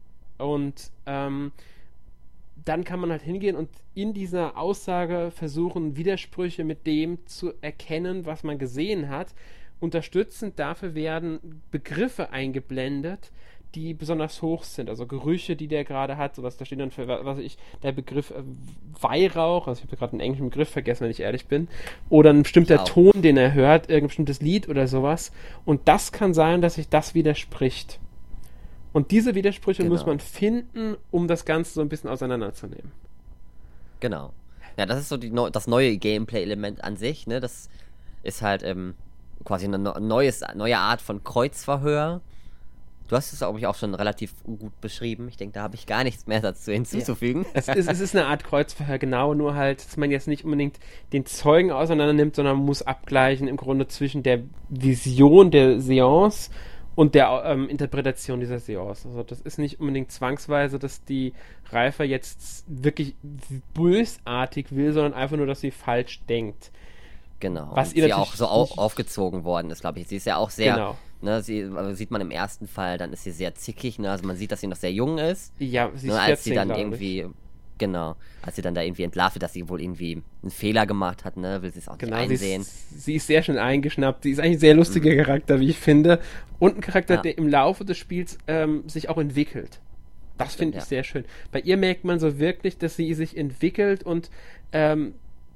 Und ähm, dann kann man halt hingehen und in dieser Aussage versuchen, Widersprüche mit dem zu erkennen, was man gesehen hat. Unterstützend dafür werden Begriffe eingeblendet, die besonders hoch sind, also Gerüche, die der gerade hat, sowas, da steht dann für, was weiß ich, der Begriff äh, Weihrauch, also ich habe gerade einen englischen Begriff vergessen, wenn ich ehrlich bin, oder ein bestimmter Wow. Ton, den er hört, irgendein bestimmtes Lied oder sowas, und das kann sein, dass sich das widerspricht. Und diese Widersprüche Genau. muss man finden, um das Ganze so ein bisschen auseinanderzunehmen. Genau. Ja, das ist so die neu, das neue Gameplay-Element an sich, ne? Das ist halt ähm, quasi eine no- neues, neue Art von Kreuzverhör. Du hast es, glaube ich, auch schon relativ gut beschrieben. Ich denke, da habe ich gar nichts mehr dazu hinzuzufügen. Es ist, es ist eine Art Kreuzverhör, genau, nur halt, dass man jetzt nicht unbedingt den Zeugen auseinander nimmt, sondern man muss abgleichen im Grunde zwischen der Vision der Seance und der ähm, Interpretation dieser Seance. Also das ist nicht unbedingt zwangsweise, dass die Reifer jetzt wirklich bösartig will, sondern einfach nur, dass sie falsch denkt. Genau. Was und ihr sie natürlich auch so au nicht- aufgezogen worden ist, glaube ich. Sie ist ja auch sehr, Genau. ne, sie also sieht man im ersten Fall, dann ist sie sehr zickig, ne? Also man sieht, dass sie noch sehr jung ist. Ja, sie ist Ne, als sie vierzehn, dann glaub irgendwie, ich. genau, als sie dann da irgendwie entlarvt wird, dass sie wohl irgendwie einen Fehler gemacht hat, ne, will sie es auch Genau, nicht sie einsehen. ist, sie ist sehr schnell eingeschnappt. Sie ist eigentlich ein sehr lustiger Charakter, wie ich finde. Und ein Charakter, Ja. der im Laufe des Spiels ähm, sich auch entwickelt. Das Stimmt, finde ich ja. sehr schön. Bei ihr merkt man so wirklich, dass sie sich entwickelt und ähm,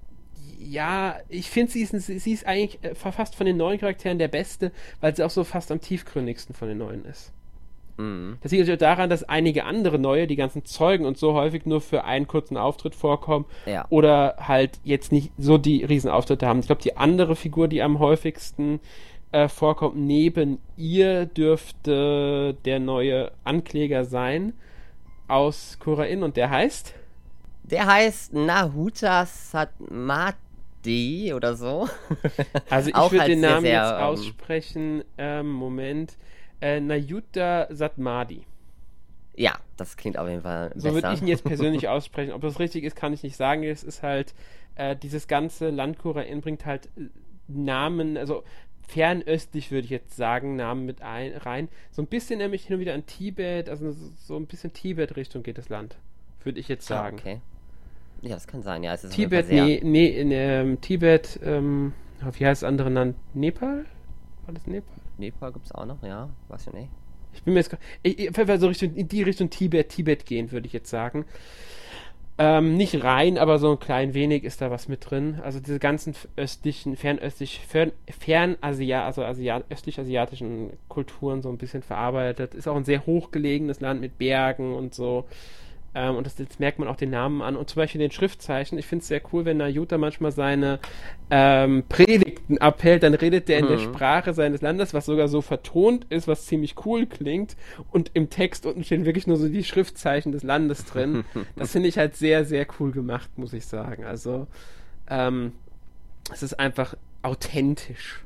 ja, ich finde, sie ist, ein- sie ist eigentlich äh, fast von den neuen Charakteren der beste, weil sie auch so fast am tiefgründigsten von den neuen ist. Mhm. Das liegt natürlich auch daran, dass einige andere neue, die ganzen Zeugen und so häufig nur für einen kurzen Auftritt vorkommen Ja. oder halt jetzt nicht so die Riesenauftritte haben. Ich glaube, die andere Figur, die am häufigsten äh, vorkommt, neben ihr dürfte der neue Ankläger sein aus Kurain und der heißt? Der heißt Nahuta Satmati oder so. Also ich Auch würde halt den sehr, Namen sehr, jetzt ähm, aussprechen, ähm, Moment, äh, Nayuta Satmadi. Ja, das klingt auf jeden Fall So besser. würde ich ihn jetzt persönlich aussprechen. Ob das richtig ist, kann ich nicht sagen. Es ist halt, äh, dieses ganze Land Kurain bringt halt äh, Namen, also fernöstlich würde ich jetzt sagen, Namen mit ein, rein. So ein bisschen nämlich hin und wieder an Tibet, also so, so ein bisschen Tibet-Richtung geht das Land, würde ich jetzt Ah, sagen. okay. Ja, das kann sein, ja. Es ist auf Tibet, jeden Fall sehr, nee, nee, in ähm, Tibet, ähm, wie heißt das andere Land? Nepal? War das Nepal? Nepal gibt's auch noch, ja. Weiß ich nicht. Ich bin mir jetzt gar- ich, ich, auf jeden Fall so Richtung, in die Richtung Tibet, Tibet gehen, würde ich jetzt sagen. Ähm, nicht rein, aber so ein klein wenig ist da was mit drin. Also diese ganzen östlichen, fernöstlich, fern, fernasia, also Asia, östlich-asiatischen Kulturen so ein bisschen verarbeitet. Ist auch ein sehr hochgelegenes Land mit Bergen und so. Ähm, und das, jetzt merkt man auch den Namen an. Und zum Beispiel den Schriftzeichen. Ich finde es sehr cool, wenn Nayuta manchmal seine ähm, Predigten abhält, dann redet der in der Mhm. Sprache seines Landes, was sogar so vertont ist, was ziemlich cool klingt. Und im Text unten stehen wirklich nur so die Schriftzeichen des Landes drin. Das finde ich halt sehr, sehr cool gemacht, muss ich sagen. Also, ähm, es ist einfach authentisch.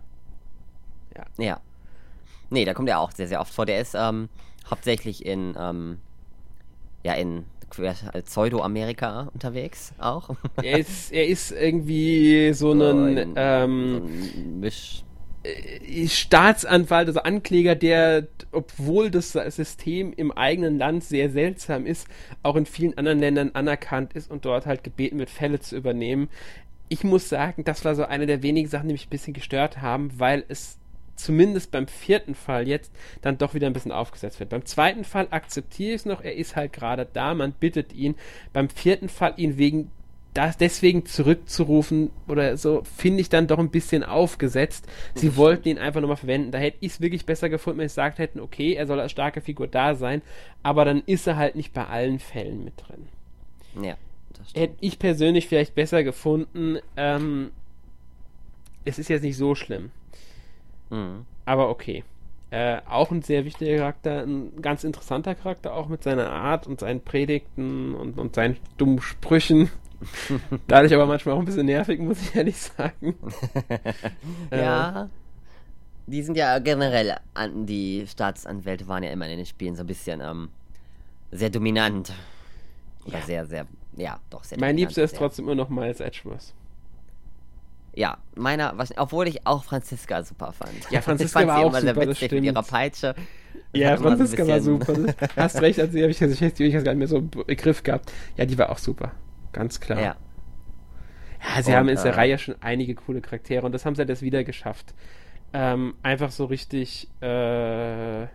Ja. Nee, da kommt er auch sehr, sehr oft vor. Der ist ähm, hauptsächlich in, ähm, ja, in Pseudo-Amerika unterwegs auch. Er ist, er ist irgendwie so ein, ein, ähm, so ein Misch. äh, Staatsanwalt, also Ankläger, der, obwohl das System im eigenen Land sehr seltsam ist, auch in vielen anderen Ländern anerkannt ist und dort halt gebeten wird, Fälle zu übernehmen. Ich muss sagen, das war so eine der wenigen Sachen, die mich ein bisschen gestört haben, weil es zumindest beim vierten Fall jetzt dann doch wieder ein bisschen aufgesetzt wird. Beim zweiten Fall akzeptiere ich es noch, er ist halt gerade da, man bittet ihn. Beim vierten Fall ihn wegen das deswegen zurückzurufen oder so, finde ich dann doch ein bisschen aufgesetzt. Sie Das wollten stimmt. ihn einfach nochmal verwenden. Da hätte ich es wirklich besser gefunden, wenn sie gesagt hätten, okay, er soll als starke Figur da sein, aber dann ist er halt nicht bei allen Fällen mit drin. Ja, das stimmt. Hätte ich persönlich vielleicht besser gefunden. Ähm, es ist jetzt nicht so schlimm. Mhm. Aber okay. Äh, auch ein sehr wichtiger Charakter, ein ganz interessanter Charakter, auch mit seiner Art und seinen Predigten und, und seinen dummen Sprüchen. Dadurch aber manchmal auch ein bisschen nervig, muss ich ehrlich sagen. Äh, Ja, die sind ja generell, an, die Staatsanwälte waren ja immer in den Spielen so ein bisschen ähm, sehr dominant. Oder Ja. sehr, sehr, ja, doch sehr Mein dominant. Liebster ist sehr. trotzdem immer noch Miles Edgeworth. Ja, meiner, was, obwohl ich auch Franziska super fand. Ja, Franziska ich fand war sie auch immer sehr super, das witzig mit ihrer stimmt. Peitsche. Das Ja, hat immer so ein Franziska war bisschen- super. Das- Hast recht, also die habe ich, also ich, ich, ich gar nicht mehr so im Begriff gehabt. Ja, die war auch super. Ganz klar. Ja, Ja, sie Und, haben in der äh, Reihe schon einige coole Charaktere und das haben sie jetzt wieder geschafft. Ähm, einfach so richtig, äh,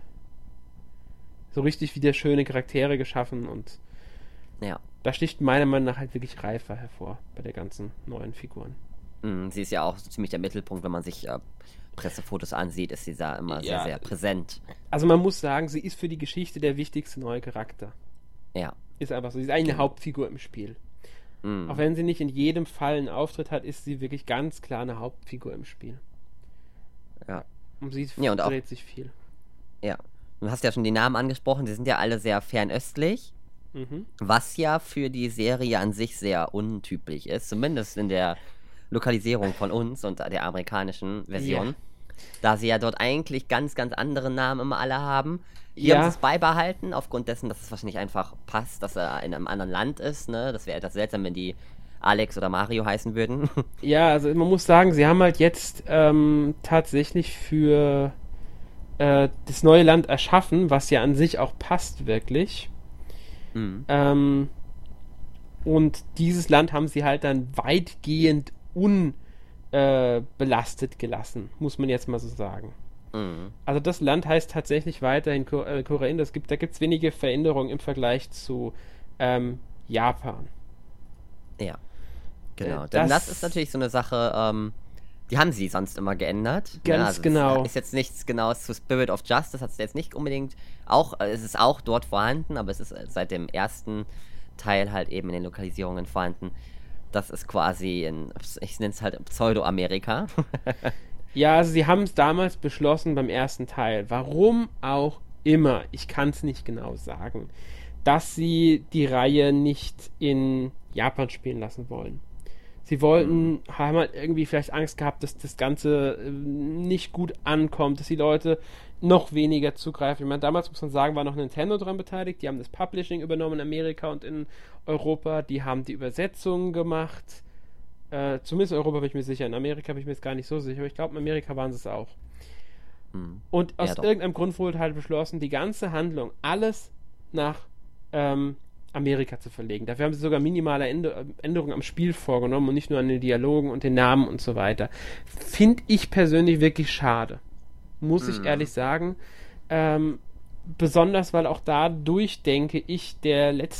so richtig wieder schöne Charaktere geschaffen und ja. da sticht meiner Meinung nach halt wirklich Reife hervor bei der ganzen neuen Figuren. Mm, Sie ist ja auch so ziemlich der Mittelpunkt, wenn man sich äh, Pressefotos ansieht, ist sie da immer Ja. sehr, sehr präsent. Also man muss sagen, sie ist für die Geschichte der wichtigste neue Charakter. Ja. Ist einfach so. Sie ist eigentlich eine Hauptfigur im Spiel. Mm. Auch wenn sie nicht in jedem Fall einen Auftritt hat, ist sie wirklich ganz klar eine Hauptfigur im Spiel. Ja. Um sie Ja, und auch- dreht sich viel. Ja. Du hast ja schon die Namen angesprochen, die sind ja alle sehr fernöstlich, Mhm. was ja für die Serie an sich sehr untypisch ist, zumindest in der Lokalisierung von uns und der amerikanischen Version. Ja. Da sie ja dort eigentlich ganz, ganz andere Namen immer alle haben. Hier Ja. haben sie es beibehalten, aufgrund dessen, dass es wahrscheinlich einfach passt, dass er in einem anderen Land ist. Ne? Das wäre etwas seltsam, wenn die Alex oder Mario heißen würden. Ja, also man muss sagen, sie haben halt jetzt ähm, tatsächlich für äh, das neue Land erschaffen, was ja an sich auch passt wirklich. Mhm. Ähm, und dieses Land haben sie halt dann weitgehend unbelastet gelassen, muss man jetzt mal so sagen. Mhm. Also das Land heißt tatsächlich weiterhin Ko äh, Korean. Das gibt, da gibt es wenige Veränderungen im Vergleich zu ähm, Japan. Ja. Genau. Äh, Denn das- das ist natürlich so eine Sache, ähm, die haben sie sonst immer geändert. Ganz Ja, also genau. Es ist jetzt nichts Genaues zu Spirit of Justice, hat es jetzt nicht unbedingt auch, äh, es ist auch dort vorhanden, aber es ist äh, seit dem ersten Teil halt eben in den Lokalisierungen vorhanden. Das ist quasi in, ich nenne es halt Pseudo-Amerika. Ja, also sie haben es damals beschlossen beim ersten Teil. Warum auch immer, ich kann es nicht genau sagen, dass sie die Reihe nicht in Japan spielen lassen wollen. Sie wollten, haben halt irgendwie vielleicht Angst gehabt, dass das Ganze äh, nicht gut ankommt, dass die Leute noch weniger zugreifen. Ich meine, damals muss man sagen, war noch Nintendo dran beteiligt. Die haben das Publishing übernommen in Amerika und in Europa. Die haben die Übersetzungen gemacht. Äh, zumindest in Europa bin ich mir sicher. In Amerika bin ich mir jetzt gar nicht so sicher, aber ich glaube, in Amerika waren sie es auch. Hm. Und aus Ja, doch. irgendeinem Grund wurde halt beschlossen, die ganze Handlung, alles nach ähm, Amerika zu verlegen. Dafür haben sie sogar minimale Änder Änderungen am Spiel vorgenommen und nicht nur an den Dialogen und den Namen und so weiter. Finde ich persönlich wirklich schade. Muss ich Mhm. ehrlich sagen. Ähm, besonders, weil auch dadurch, denke ich, der letzte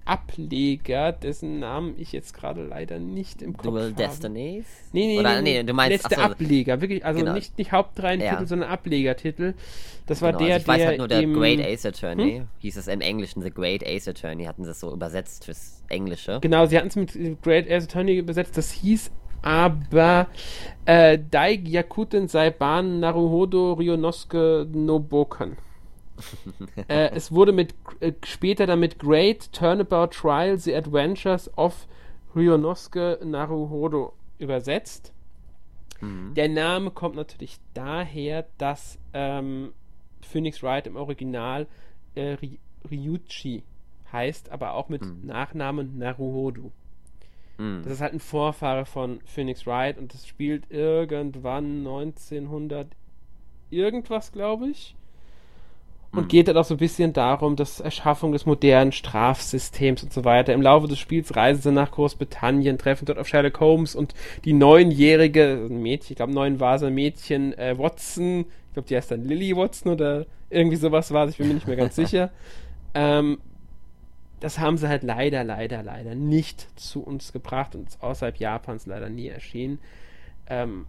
Ableger, dessen Namen ich jetzt gerade leider nicht im Kopf Dual habe. Destinies? Nee, nee, Oder, nee, nee, du meinst, letzte achso, Ableger, wirklich, also genau. nicht, nicht Hauptreihentitel, Ja. sondern Ablegertitel. Das war Genau, der, also ich weiß der halt nur, der im, Great Ace Attorney, Hm? hieß es im Englischen, The Great Ace Attorney, hatten sie es so übersetzt fürs Englische. Genau, sie hatten es mit Great Ace Attorney übersetzt, das hieß aber äh, Daigakuten Saiban Naruhodo Ryonosuke no Boken. äh, es wurde mit äh, später dann mit Great Turnabout Trial The Adventures of Ryonosuke Naruhodo übersetzt. Mhm. Der Name kommt natürlich daher, dass ähm, Phoenix Wright im Original äh, Ry- Ryuichi heißt, aber auch mit Mhm. Nachnamen Naruhodo. Mhm. Das ist halt ein Vorfahre von Phoenix Wright und das spielt irgendwann neunzehnhundert irgendwas, glaube ich. Und Mhm. geht dann auch so ein bisschen darum, dass Erschaffung des modernen Strafsystems und so weiter. Im Laufe des Spiels reisen sie nach Großbritannien, treffen dort auf Sherlock Holmes und die neunjährige Mädchen, ich glaube neun war sie, Mädchen äh, Watson, ich glaube die heißt dann Lily Watson oder irgendwie sowas war es, ich bin mir nicht mehr ganz sicher. Ähm, das haben sie halt leider, leider, leider nicht zu uns gebracht und ist außerhalb Japans leider nie erschienen. Ähm,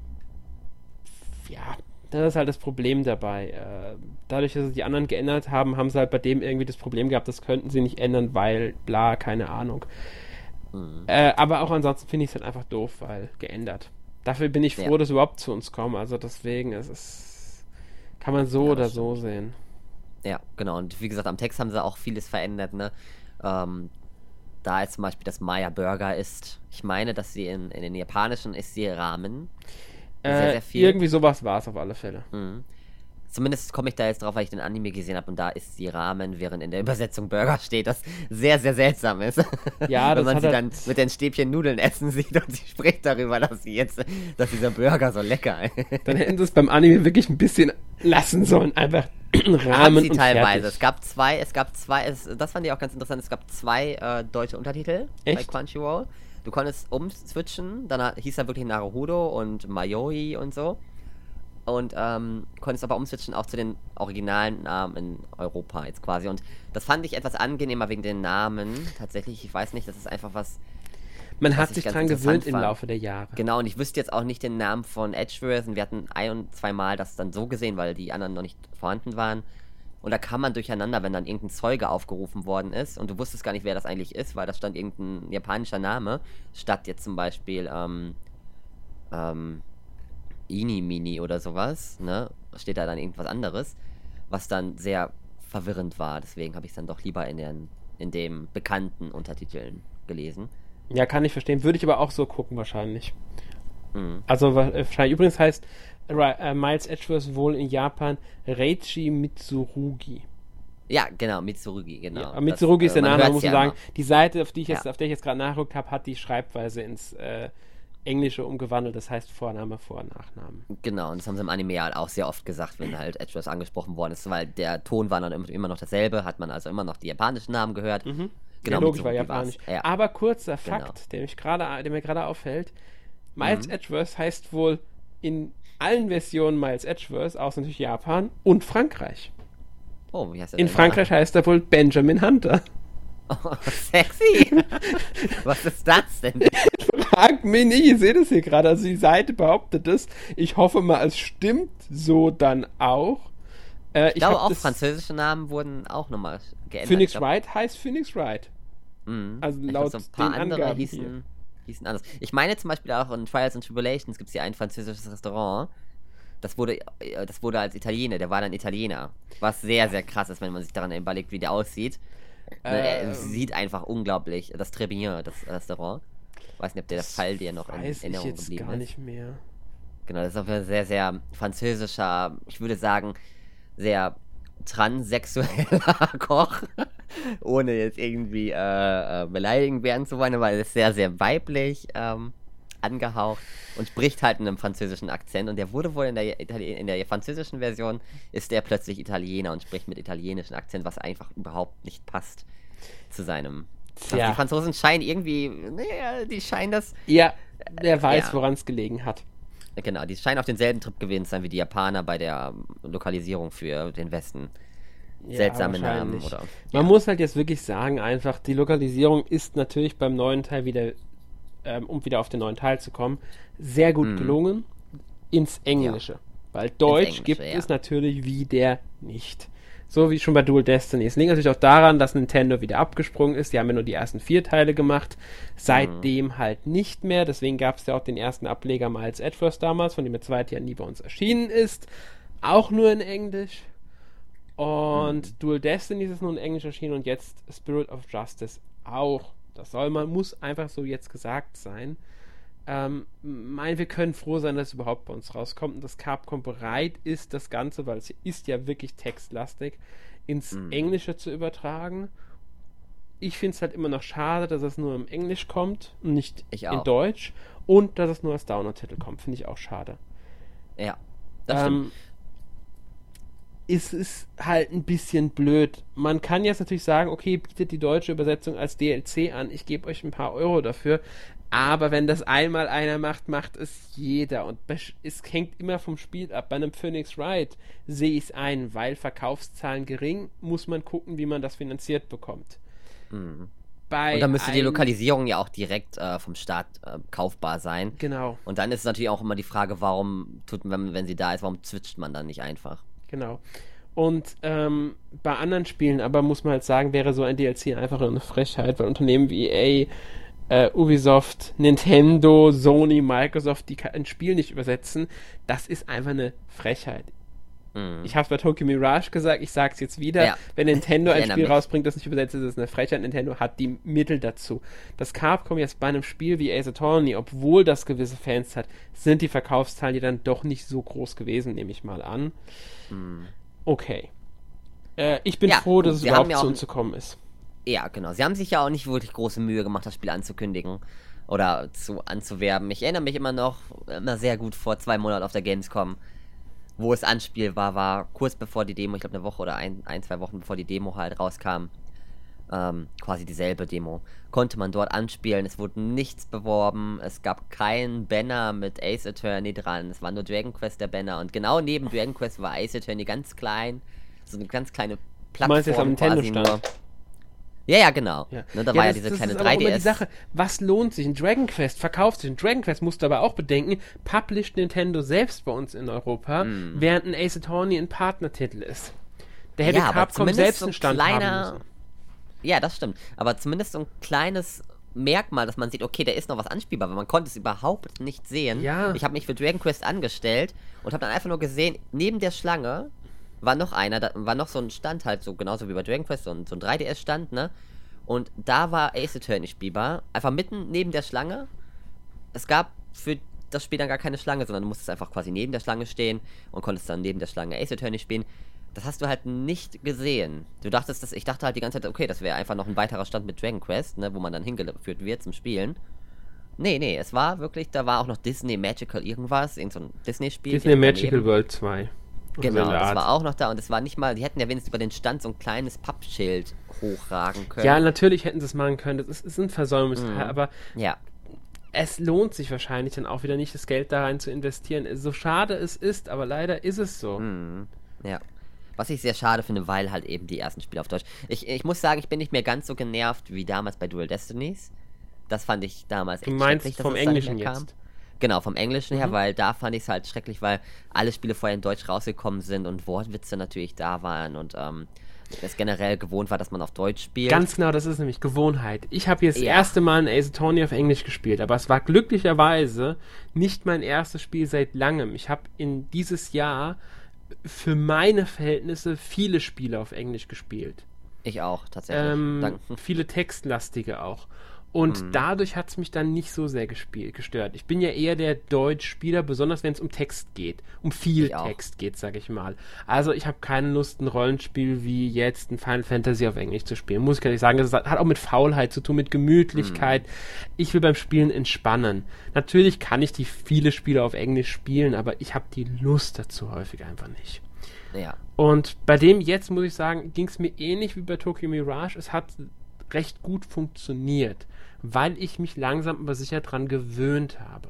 ja, das ist halt das Problem dabei. Äh, dadurch, dass sie die anderen geändert haben, haben sie halt bei dem irgendwie das Problem gehabt, das könnten sie nicht ändern, weil bla, keine Ahnung. Mhm. Äh, aber auch ansonsten finde ich es halt einfach doof, weil geändert. Dafür bin ich froh, Ja. dass sie überhaupt zu uns kommen. Also deswegen, es ist, kann man so Ja, oder das so sehen. Ja, genau. Und wie gesagt, am Text haben sie auch vieles verändert, ne? Ähm, da jetzt zum Beispiel das Maya Burger ist. Ich meine, dass sie in, in den japanischen ist sie Ramen. Sehr, Äh, sehr viel. irgendwie sowas war es auf alle Fälle. Mhm. Zumindest komme ich da jetzt drauf, weil ich den Anime gesehen habe und da ist sie Ramen, während in der Übersetzung Burger steht, das sehr, sehr seltsam ist. Ja, Wenn das man hat sie er- dann mit den Stäbchen Nudeln essen sieht und sie spricht darüber, dass sie jetzt, dass dieser Burger so lecker ist. Dann hätten sie es beim Anime wirklich ein bisschen lassen sollen. Einfach Hat Rahmen sie und teilweise. fertig. Es gab zwei, es gab zwei, es, das fand ich auch ganz interessant, es gab zwei äh, deutsche Untertitel bei Echt? Crunchyroll. Du konntest umswitchen, dann hat- hieß er wirklich Naruhodo und Mayoi und so. Und ähm, konntest aber umswitchen auch zu den originalen Namen in Europa jetzt quasi. Und das fand ich etwas angenehmer wegen den Namen. Tatsächlich, ich weiß nicht, das ist einfach was. Man was hat ich sich ganz dran interessant gewöhnt im fand. Laufe der Jahre. Genau, und ich wüsste jetzt auch nicht den Namen von Edgeworth. Und wir hatten ein- und zweimal das dann so gesehen, weil die anderen noch nicht vorhanden waren. Und da kam man durcheinander, wenn dann irgendein Zeuge aufgerufen worden ist und du wusstest gar nicht, wer das eigentlich ist, weil da stand irgendein japanischer Name, statt jetzt zum Beispiel, ähm, ähm, Inimini oder sowas, ne? Steht da dann irgendwas anderes, was dann sehr verwirrend war. Deswegen habe ich es dann doch lieber in den, in dem bekannten Untertiteln gelesen. Ja, kann ich verstehen. Würde ich aber auch so gucken wahrscheinlich. Mhm. Also wa- äh, wahrscheinlich übrigens heißt Ri- äh, Miles Edgeworth wohl in Japan Reichi Mitsurugi. Ja, genau, Mitsurugi, genau. Ja, aber Mitsurugi Das, ist der äh, man Name, hört's muss man ja sagen. Die Seite, auf, die ich jetzt, Ja. auf der ich jetzt gerade nachgeguckt habe, hat die Schreibweise ins äh, Englische umgewandelt. Das heißt Vorname, Vor- und Nachname. immer. Genau, und das haben sie im Anime halt auch sehr oft gesagt, wenn halt Edgeworth angesprochen worden ist, weil der Ton war dann immer noch dasselbe, hat man also immer noch die japanischen Namen gehört. Mhm. Genau, ja, logisch, war Mitsurugi japanisch. war's. Ja. Aber kurzer Genau. Fakt, der, mich grade, der mir gerade auffällt. Miles Mhm. Edgeworth heißt wohl in allen Versionen Miles Edgeworth, außer natürlich Japan und Frankreich. Oh, wie heißt der In denn? Frankreich heißt er wohl Benjamin Hunter. Oh, sexy! Was ist das denn? Frag mich nicht, ich sehe das hier gerade. Also die Seite behauptet es. Ich hoffe mal, es stimmt so dann auch. Äh, Ich glaube hab auch, das- französische Namen wurden auch nochmal geändert. Phoenix Ich glaub, Wright heißt Phoenix Wright. mhm. also Ich glaub, laut so ein paar den andere Angaben hießen, hießen anders. Ich meine zum Beispiel auch in Trials and Tribulations gibt es hier ein französisches Restaurant. Das wurde, äh, das wurde als Italiener, der war dann Italiener. Was sehr, sehr krass ist, wenn man sich daran überlegt, wie der aussieht. Ne, er Ähm. sieht einfach unglaublich, das Trebillon, das Restaurant. Weiß nicht, ob der Fall dir noch in Weiß ich Erinnerung jetzt geblieben gar ist. nicht mehr. Genau, das ist auf jeden Fall sehr, sehr französischer, ich würde sagen, sehr transsexueller Koch. Ohne jetzt irgendwie äh, äh, beleidigend werden zu wollen, aber er ist sehr, sehr weiblich ähm, angehaucht und spricht halt in einem französischen Akzent. Und der wurde wohl in der, Itali in der französischen Version, ist der plötzlich Italiener und spricht mit italienischem Akzent, was einfach überhaupt nicht passt zu seinem. Also Tja. die Franzosen scheinen irgendwie, naja, die scheinen das. Ja, wer weiß, ja. woran es gelegen hat. Genau, die scheinen auf denselben Trip gewesen zu sein wie die Japaner bei der ähm, Lokalisierung für den Westen. seltsame ja, Namen. Oder, Man ja. muss halt jetzt wirklich sagen, einfach, die Lokalisierung ist natürlich beim neuen Teil wieder, ähm, um wieder auf den neuen Teil zu kommen, sehr gut Mhm. gelungen ins Englische. Ja. Weil Deutsch Englische, gibt ja. es natürlich wieder nicht. So wie schon bei Dual Destiny. Es liegt natürlich auch daran, dass Nintendo wieder abgesprungen ist. Die haben ja nur die ersten vier Teile gemacht. Seitdem mhm. halt nicht mehr. Deswegen gab es ja auch den ersten Ableger Miles Edgeworth damals, von dem der zweite ja nie bei uns erschienen ist. Auch nur in Englisch. Und mhm. Dual Destiny ist nun in Englisch erschienen und jetzt Spirit of Justice auch. Das soll man, muss einfach so jetzt gesagt sein. Ähm, mein, wir können froh sein, dass es überhaupt bei uns rauskommt und dass Capcom bereit ist, das Ganze, weil es ist ja wirklich textlastig, ins mhm. Englische zu übertragen. Ich finde es halt immer noch schade, dass es nur im Englisch kommt und nicht in Deutsch und dass es nur als Download-Titel kommt. Finde ich auch schade. Ja, das ähm, stimmt. Es ist halt ein bisschen blöd. Man kann jetzt natürlich sagen, okay, bietet die deutsche Übersetzung als D L C an, ich gebe euch ein paar Euro dafür. Aber wenn das einmal einer macht, macht es jeder. Und es hängt immer vom Spiel ab. Bei einem Phoenix Wright sehe ich es ein, weil Verkaufszahlen gering, muss man gucken, wie man das finanziert bekommt. Mhm. Bei und dann müsste ein... die Lokalisierung ja auch direkt äh, vom Start äh, kaufbar sein. Genau. Und dann ist es natürlich auch immer die Frage, warum tut man, wenn, wenn sie da ist, warum switcht man dann nicht einfach? Genau. Und ähm, bei anderen Spielen aber muss man halt sagen, wäre so ein D L C einfach eine Frechheit, weil Unternehmen wie E A, Uh, Ubisoft, Nintendo, Sony, Microsoft, die ein Spiel nicht übersetzen, das ist einfach eine Frechheit. Mm. Ich habe es bei Tokyo Mirage gesagt, ich sage es jetzt wieder, ja. Wenn Nintendo ein Spiel mich. rausbringt, das nicht übersetzt ist, ist es eine Frechheit. Nintendo hat die Mittel dazu. Das Capcom jetzt bei einem Spiel wie Ace Attorney, obwohl das gewisse Fans hat, sind die Verkaufszahlen ja dann doch nicht so groß gewesen, nehme ich mal an. Mm. Okay. Äh, ich bin ja, froh, dass es überhaupt zu uns gekommen ist. Ja, genau. Sie haben sich ja auch nicht wirklich große Mühe gemacht, das Spiel anzukündigen oder zu anzuwerben. Ich erinnere mich immer noch immer sehr gut vor zwei Monaten auf der Gamescom, wo es Anspiel war, war kurz bevor die Demo, ich glaube eine Woche oder ein, ein, zwei Wochen bevor die Demo halt rauskam, ähm, quasi dieselbe Demo, konnte man dort anspielen. Es wurde nichts beworben, es gab keinen Banner mit Ace Attorney dran, es war nur Dragon Quest der Banner und genau neben Dragon Quest war Ace Attorney ganz klein, so eine ganz kleine Plattform. Du meinst jetzt am Nintendo-Stand? Ja, ja, genau. Ja. Ne, da ja, war das, ja diese das kleine ist drei D S. Aber immer die Sache, was lohnt sich? Ein Dragon Quest verkauft sich. Ein Dragon Quest musst du aber auch bedenken, published Nintendo selbst bei uns in Europa, mm. während ein Ace Attorney ein Partnertitel ist. Der hätte ja, Capcom selbst so einen Stand kleiner, haben müssen. Ja, das stimmt. Aber zumindest so ein kleines Merkmal, dass man sieht, okay, da ist noch was anspielbar, weil man konnte es überhaupt nicht sehen. Ja. Ich habe mich für Dragon Quest angestellt und habe dann einfach nur gesehen, neben der Schlange war noch einer, da war noch so ein Stand halt, so genauso wie bei Dragon Quest, so ein, so ein drei D S-Stand, ne? Und da war Ace Attorney spielbar, einfach mitten neben der Schlange. Es gab für das Spiel dann gar keine Schlange, sondern du musstest einfach quasi neben der Schlange stehen und konntest dann neben der Schlange Ace Attorney spielen. Das hast du halt nicht gesehen. Du dachtest, dass, ich dachte halt die ganze Zeit, okay, das wäre einfach noch ein weiterer Stand mit Dragon Quest, ne, wo man dann hingeführt wird zum Spielen. Nee, nee, es war wirklich, da war auch noch Disney Magical irgendwas, irgend so ein Disney-Spiel. Disney Magical World zwei. Genau, so das war auch noch da und es war nicht mal, die hätten ja wenigstens über den Stand so ein kleines Pappschild hochragen können. Ja, natürlich hätten sie es machen können, das ist, ist ein Versäumnis, mhm. aber ja. es lohnt sich wahrscheinlich dann auch wieder nicht, das Geld da rein zu investieren. So schade es ist, aber leider ist es so. Mhm. Ja. Was ich sehr schade finde, weil halt eben die ersten Spiele auf Deutsch. Ich, ich muss sagen, ich bin nicht mehr ganz so genervt wie damals bei Dual Destinies. Das fand ich damals echt Du meinst schrecklich, dass vom es Englischen dann jetzt? Genau, vom Englischen mhm. her, weil da fand ich es halt schrecklich, weil alle Spiele vorher in Deutsch rausgekommen sind und Wortwitze natürlich da waren und ähm, es generell gewohnt war, dass man auf Deutsch spielt. Ganz genau, das ist nämlich Gewohnheit. Ich habe jetzt ja. das erste Mal ein Ace Attorney auf Englisch gespielt, aber es war glücklicherweise nicht mein erstes Spiel seit langem. Ich habe in dieses Jahr für meine Verhältnisse viele Spiele auf Englisch gespielt. Ich auch, tatsächlich. Ähm, viele textlastige auch. Und mhm. dadurch hat es mich dann nicht so sehr gespielt, gestört. Ich bin ja eher der Deutschspieler, besonders wenn es um Text geht. Um viel ich Text auch. geht, sag ich mal. Also ich habe keine Lust, ein Rollenspiel wie jetzt ein Final Fantasy auf Englisch zu spielen. Muss ich ehrlich sagen, das hat auch mit Faulheit zu tun, mit Gemütlichkeit. Mhm. Ich will beim Spielen entspannen. Natürlich kann ich die viele Spiele auf Englisch spielen, aber ich habe die Lust dazu häufig einfach nicht. Ja. Und bei dem jetzt, muss ich sagen, ging es mir ähnlich wie bei Tokyo Mirage. Es hat recht gut funktioniert, weil ich mich langsam aber sicher dran gewöhnt habe.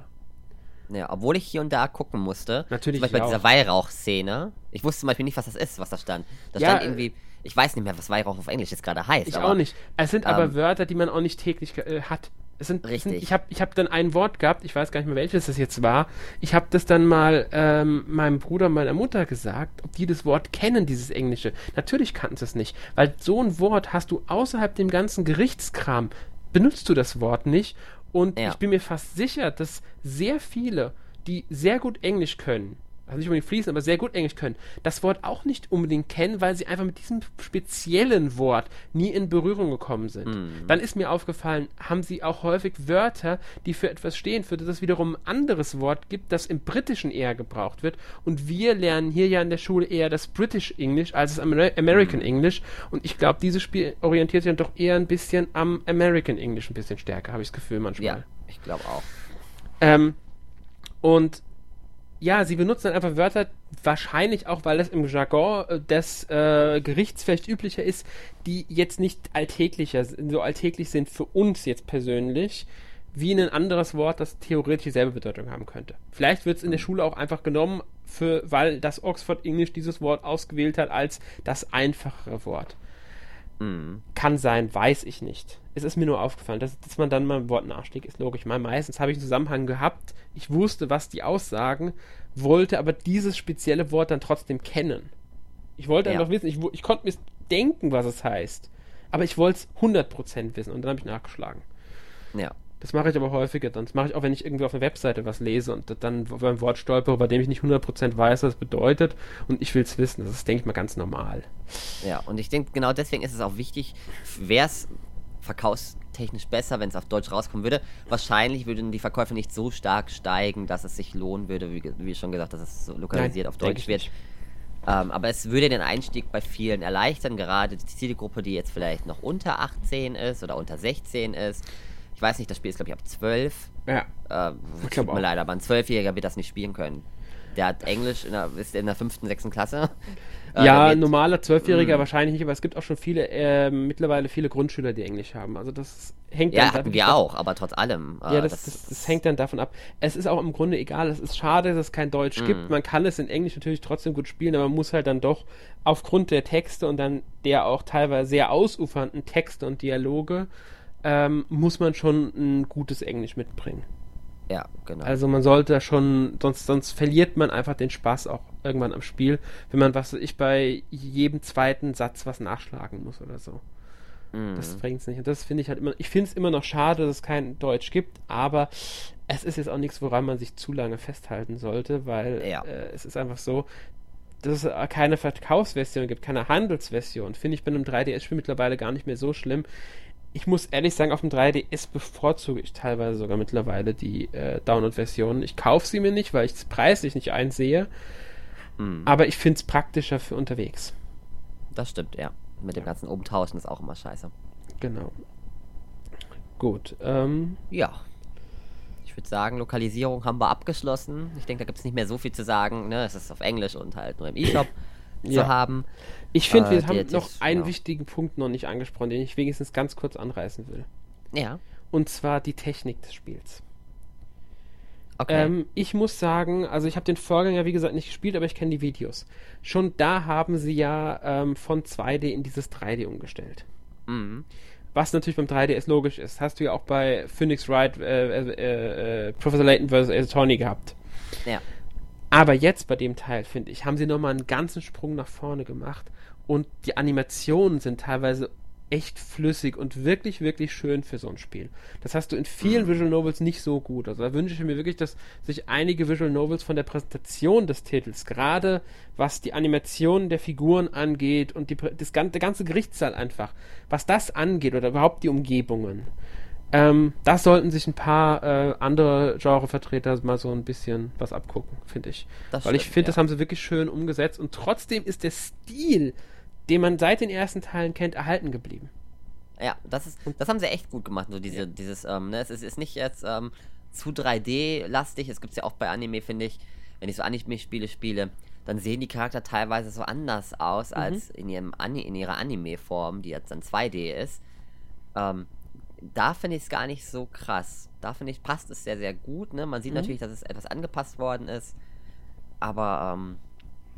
Ja, obwohl ich hier und da gucken musste. Natürlich zum Beispiel bei auch. dieser Weihrauchszene. Ich wusste zum Beispiel nicht, was das ist, was da stand. Da ja, stand irgendwie Ich weiß nicht mehr, was Weihrauch auf Englisch jetzt gerade heißt. Ich aber, auch nicht. Es sind ähm, aber Wörter, die man auch nicht täglich äh, hat. Es sind, es sind, Richtig. ich habe ich hab dann ein Wort gehabt, ich weiß gar nicht mehr, welches das jetzt war. Ich habe das dann mal ähm, meinem Bruder und meiner Mutter gesagt, ob die das Wort kennen, dieses Englische. Natürlich kannten sie es nicht, weil so ein Wort hast du außerhalb dem ganzen Gerichtskram, benutzt du das Wort nicht. Und Ja. ich bin mir fast sicher, dass sehr viele, die sehr gut Englisch können, also nicht unbedingt fließen, aber sehr gut Englisch können, das Wort auch nicht unbedingt kennen, weil sie einfach mit diesem speziellen Wort nie in Berührung gekommen sind. Mhm. Dann ist mir aufgefallen, haben sie auch häufig Wörter, die für etwas stehen, für das es wiederum ein anderes Wort gibt, das im Britischen eher gebraucht wird. Und wir lernen hier ja in der Schule eher das British English als das Amer- American Mhm. English. Und ich glaube, dieses Spiel orientiert sich dann doch eher ein bisschen am American English ein bisschen stärker, habe ich das Gefühl manchmal. Ja, ich glaube auch. Ähm, und ja, sie benutzen dann einfach Wörter, wahrscheinlich auch, weil das im Jargon äh, des äh, Gerichts vielleicht üblicher ist, die jetzt nicht alltäglicher, so alltäglich sind für uns jetzt persönlich, wie ein anderes Wort, das theoretisch dieselbe Bedeutung haben könnte. Vielleicht wird es in der Schule auch einfach genommen, für, weil das Oxford English dieses Wort ausgewählt hat als das einfachere Wort. Mhm. Kann sein, weiß ich nicht. Es ist mir nur aufgefallen, dass, dass man dann mal ein Wort nachschlägt, ist logisch. Mal meistens habe ich einen Zusammenhang gehabt, ich wusste, was die aussagen, wollte aber dieses spezielle Wort dann trotzdem kennen. Ich wollte Ja. einfach wissen, ich, ich konnte mir denken, was es heißt, aber ich wollte es hundert Prozent wissen und dann habe ich nachgeschlagen. Ja. Das mache ich aber häufiger. Das mache ich auch, wenn ich irgendwie auf einer Webseite was lese und dann über ein Wort stolpere, bei dem ich nicht hundert Prozent weiß, was es bedeutet und ich will es wissen. Das ist, denke ich mal, ganz normal. Ja, und ich denke, genau deswegen ist es auch wichtig, wäre es verkaufstechnisch besser, wenn es auf Deutsch rauskommen würde. Wahrscheinlich würden die Verkäufe nicht so stark steigen, dass es sich lohnen würde, wie, wie schon gesagt, dass es so lokalisiert Nein, auf denke Deutsch ich wird. nicht. Ähm, aber es würde den Einstieg bei vielen erleichtern, gerade die Zielgruppe, die jetzt vielleicht noch unter achtzehn ist oder unter sechzehn ist. Ich weiß nicht, das Spiel ist, glaube ich, ab zwölf. Ja, Äh, Ich tut glaub mir auch. leid, aber ein Zwölfjähriger wird das nicht spielen können. Der hat Englisch, in der, ist in der fünften, sechsten Klasse. Äh, ja, der wird- normaler Zwölfjähriger Mm. wahrscheinlich nicht, aber es gibt auch schon viele, äh, mittlerweile viele Grundschüler, die Englisch haben. Also das hängt Ja, dann hatten wirklich wir davon- auch, aber trotz allem. äh, Ja, das, das, das hängt dann davon ab. Es ist auch im Grunde egal. Es ist schade, dass es kein Deutsch Mhm. gibt. Man kann es in Englisch natürlich trotzdem gut spielen, aber man muss halt dann doch aufgrund der Texte und dann der auch teilweise sehr ausufernden Texte und Dialoge, ähm, muss man schon ein gutes Englisch mitbringen. Ja, genau. Also man sollte schon, sonst, sonst verliert man einfach den Spaß auch irgendwann am Spiel, wenn man, was weiß ich, bei jedem zweiten Satz was nachschlagen muss oder so. Mhm. Das bringt's nicht. Und das finde ich halt immer, ich finde es immer noch schade, dass es kein Deutsch gibt, aber es ist jetzt auch nichts, woran man sich zu lange festhalten sollte, weil Ja. äh, es ist einfach so, dass es keine Verkaufsversion gibt, keine Handelsversion. Finde ich bei einem drei D S-Spiel mittlerweile gar nicht mehr so schlimm. Ich muss ehrlich sagen, auf dem drei D S bevorzuge ich teilweise sogar mittlerweile die äh, Download-Versionen. Ich kaufe sie mir nicht, weil ich es preislich nicht einsehe, Mhm. aber ich finde es praktischer für unterwegs. Das stimmt, ja. Mit dem ganzen Umtauschen ist auch immer scheiße. Genau. Gut. Ähm, Ja. Ich würde sagen, Lokalisierung haben wir abgeschlossen. Ich denke, da gibt es nicht mehr so viel zu sagen. Ne? Es ist auf Englisch und halt nur im E-Shop Ja. zu haben. Ich finde, Äh, wir die haben jetzt noch ist- einen ja. wichtigen Punkt noch nicht angesprochen, den ich wenigstens ganz kurz anreißen will. Ja, Und zwar die Technik des Spiels. okay. Ähm, ich muss sagen, also ich habe den Vorgänger, wie gesagt, nicht gespielt, aber ich kenne die Videos. Schon da haben sie ja ähm, von zwei D in dieses drei D umgestellt. Mhm. Was natürlich beim drei D S logisch ist. Hast du ja auch bei Phoenix Wright äh, äh, äh, Professor Layton versus. Ace Attorney gehabt. Ja. Aber jetzt bei dem Teil, finde ich, haben sie nochmal einen ganzen Sprung nach vorne gemacht und die Animationen sind teilweise echt flüssig und wirklich, wirklich schön für so ein Spiel. Das hast du in vielen Visual Novels nicht so gut. Also da wünsche ich mir wirklich, dass sich einige Visual Novels von der Präsentation des Titels, gerade was die Animationen der Figuren angeht und die, das, gan- der ganze Gerichtssaal einfach, was das angeht oder überhaupt die Umgebungen, ähm, das sollten sich ein paar äh, andere Genrevertreter mal so ein bisschen was abgucken, finde ich. Das Weil ich stimmt, finde, ja. das haben sie wirklich schön umgesetzt und trotzdem ist der Stil, den man seit den ersten Teilen kennt, erhalten geblieben. Ja, das ist, das haben sie echt gut gemacht. So diese, dieses, ähm, ne, es ist, ist nicht jetzt ähm, zu drei D-lastig. Es gibt ja auch bei Anime, finde ich, wenn ich so Anime-Spiele spiele, dann sehen die Charakter teilweise so anders aus als in ihrem Ani in ihrer Anime-Form, die jetzt dann zwei D ist. Ähm, da finde ich es gar nicht so krass. Da finde ich, passt es sehr, sehr gut. Ne? Man sieht Mhm. natürlich, dass es etwas angepasst worden ist. Aber ähm,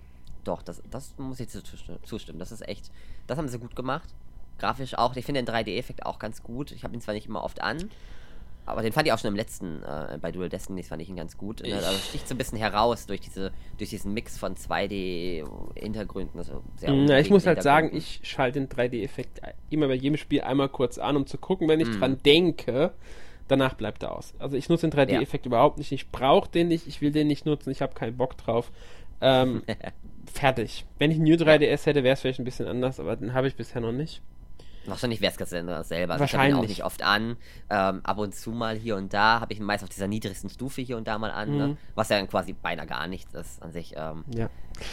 doch, das, das muss ich zustimmen. Das ist echt, das haben sie gut gemacht. Grafisch auch. Ich finde den drei D-Effekt auch ganz gut. Ich habe ihn zwar nicht immer oft an, aber den fand ich auch schon im letzten, äh, bei Dual Destinies fand ich ihn ganz gut. Ich also sticht so ein bisschen heraus durch diese, durch diesen Mix von zwei D-Hintergründen. Also Na, ich muss halt sagen, ich schalte den drei D-Effekt immer bei jedem Spiel einmal kurz an, um zu gucken, wenn ich mm. dran denke. Danach bleibt er aus. Also ich nutze den drei D-Effekt ja. überhaupt nicht. Ich brauche den nicht, ich will den nicht nutzen, ich habe keinen Bock drauf. Ähm, fertig. Wenn ich einen New drei D S hätte, wäre es vielleicht ein bisschen anders, aber den habe ich bisher noch nicht. Wahrscheinlich wäre es ganz selber. Also Wahrscheinlich. Ich habe ihn auch nicht oft an. Ähm, ab und zu mal hier und da habe ich ihn meist auf dieser niedrigsten Stufe hier und da mal an, mhm. ne? Was ja dann quasi beinahe gar nichts ist an sich. Ähm. Ja.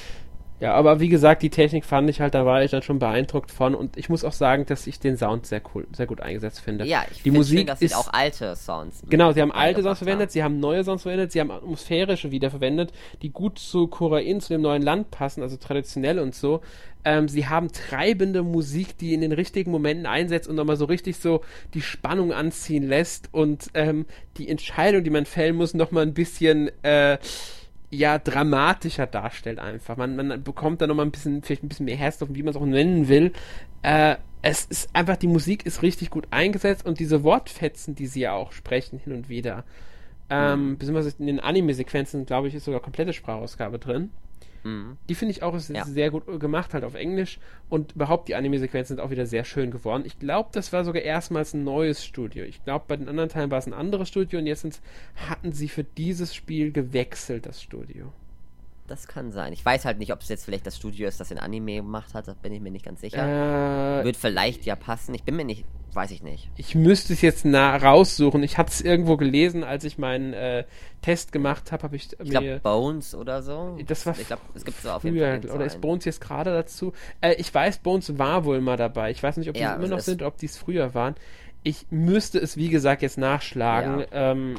Ja, aber wie gesagt, die Technik fand ich halt, da war ich dann schon beeindruckt von und ich muss auch sagen, dass ich den Sound sehr cool, sehr gut eingesetzt finde. Ja, ich die Musik schön, dass ist sie auch alte Sounds. Genau, sie haben alte Sounds verwendet, haben. sie haben neue Sounds verwendet, sie haben atmosphärische wiederverwendet, die gut zu Korean, zu dem neuen Land passen, also traditionell und so. Ähm, sie haben treibende Musik, die in den richtigen Momenten einsetzt und nochmal so richtig so die Spannung anziehen lässt und ähm, die Entscheidung, die man fällen muss, nochmal ein bisschen äh, ja, dramatischer darstellt einfach. Man, man bekommt da nochmal ein bisschen, vielleicht ein bisschen mehr Herz drauf, wie man es auch nennen will. Äh, es ist einfach, die Musik ist richtig gut eingesetzt und diese Wortfetzen, die sie ja auch sprechen, hin und wieder. Ähm, mhm. Beziehungsweise in den Anime-Sequenzen, glaube ich, ist sogar komplette Sprachausgabe drin. Mhm. Die finde ich auch ist ja. sehr gut gemacht, halt auf Englisch. Und überhaupt die Anime-Sequenzen sind auch wieder sehr schön geworden. Ich glaube, das war sogar erstmals ein neues Studio. Ich glaube, bei den anderen Teilen war es ein anderes Studio und jetzt hatten sie für dieses Spiel gewechselt, das Studio. Das kann sein. Ich weiß halt nicht, ob es jetzt vielleicht das Studio ist, das den Anime gemacht hat. Da bin ich mir nicht ganz sicher. Äh, Wird vielleicht ja passen. Ich bin mir nicht... Weiß ich nicht. Ich müsste es jetzt nah raussuchen. Ich hatte es irgendwo gelesen, als ich meinen äh, Test gemacht habe. Hab ich ich glaube Bones oder so. Das war ich glaube, es gibt so auf früher, jeden Fall. Oder ist Bones jetzt gerade dazu? Äh, ich weiß, Bones war wohl mal dabei. Ich weiß nicht, ob die ja, immer noch sind, ob die es früher waren. Ich müsste es, wie gesagt, jetzt nachschlagen. Ja. Ähm,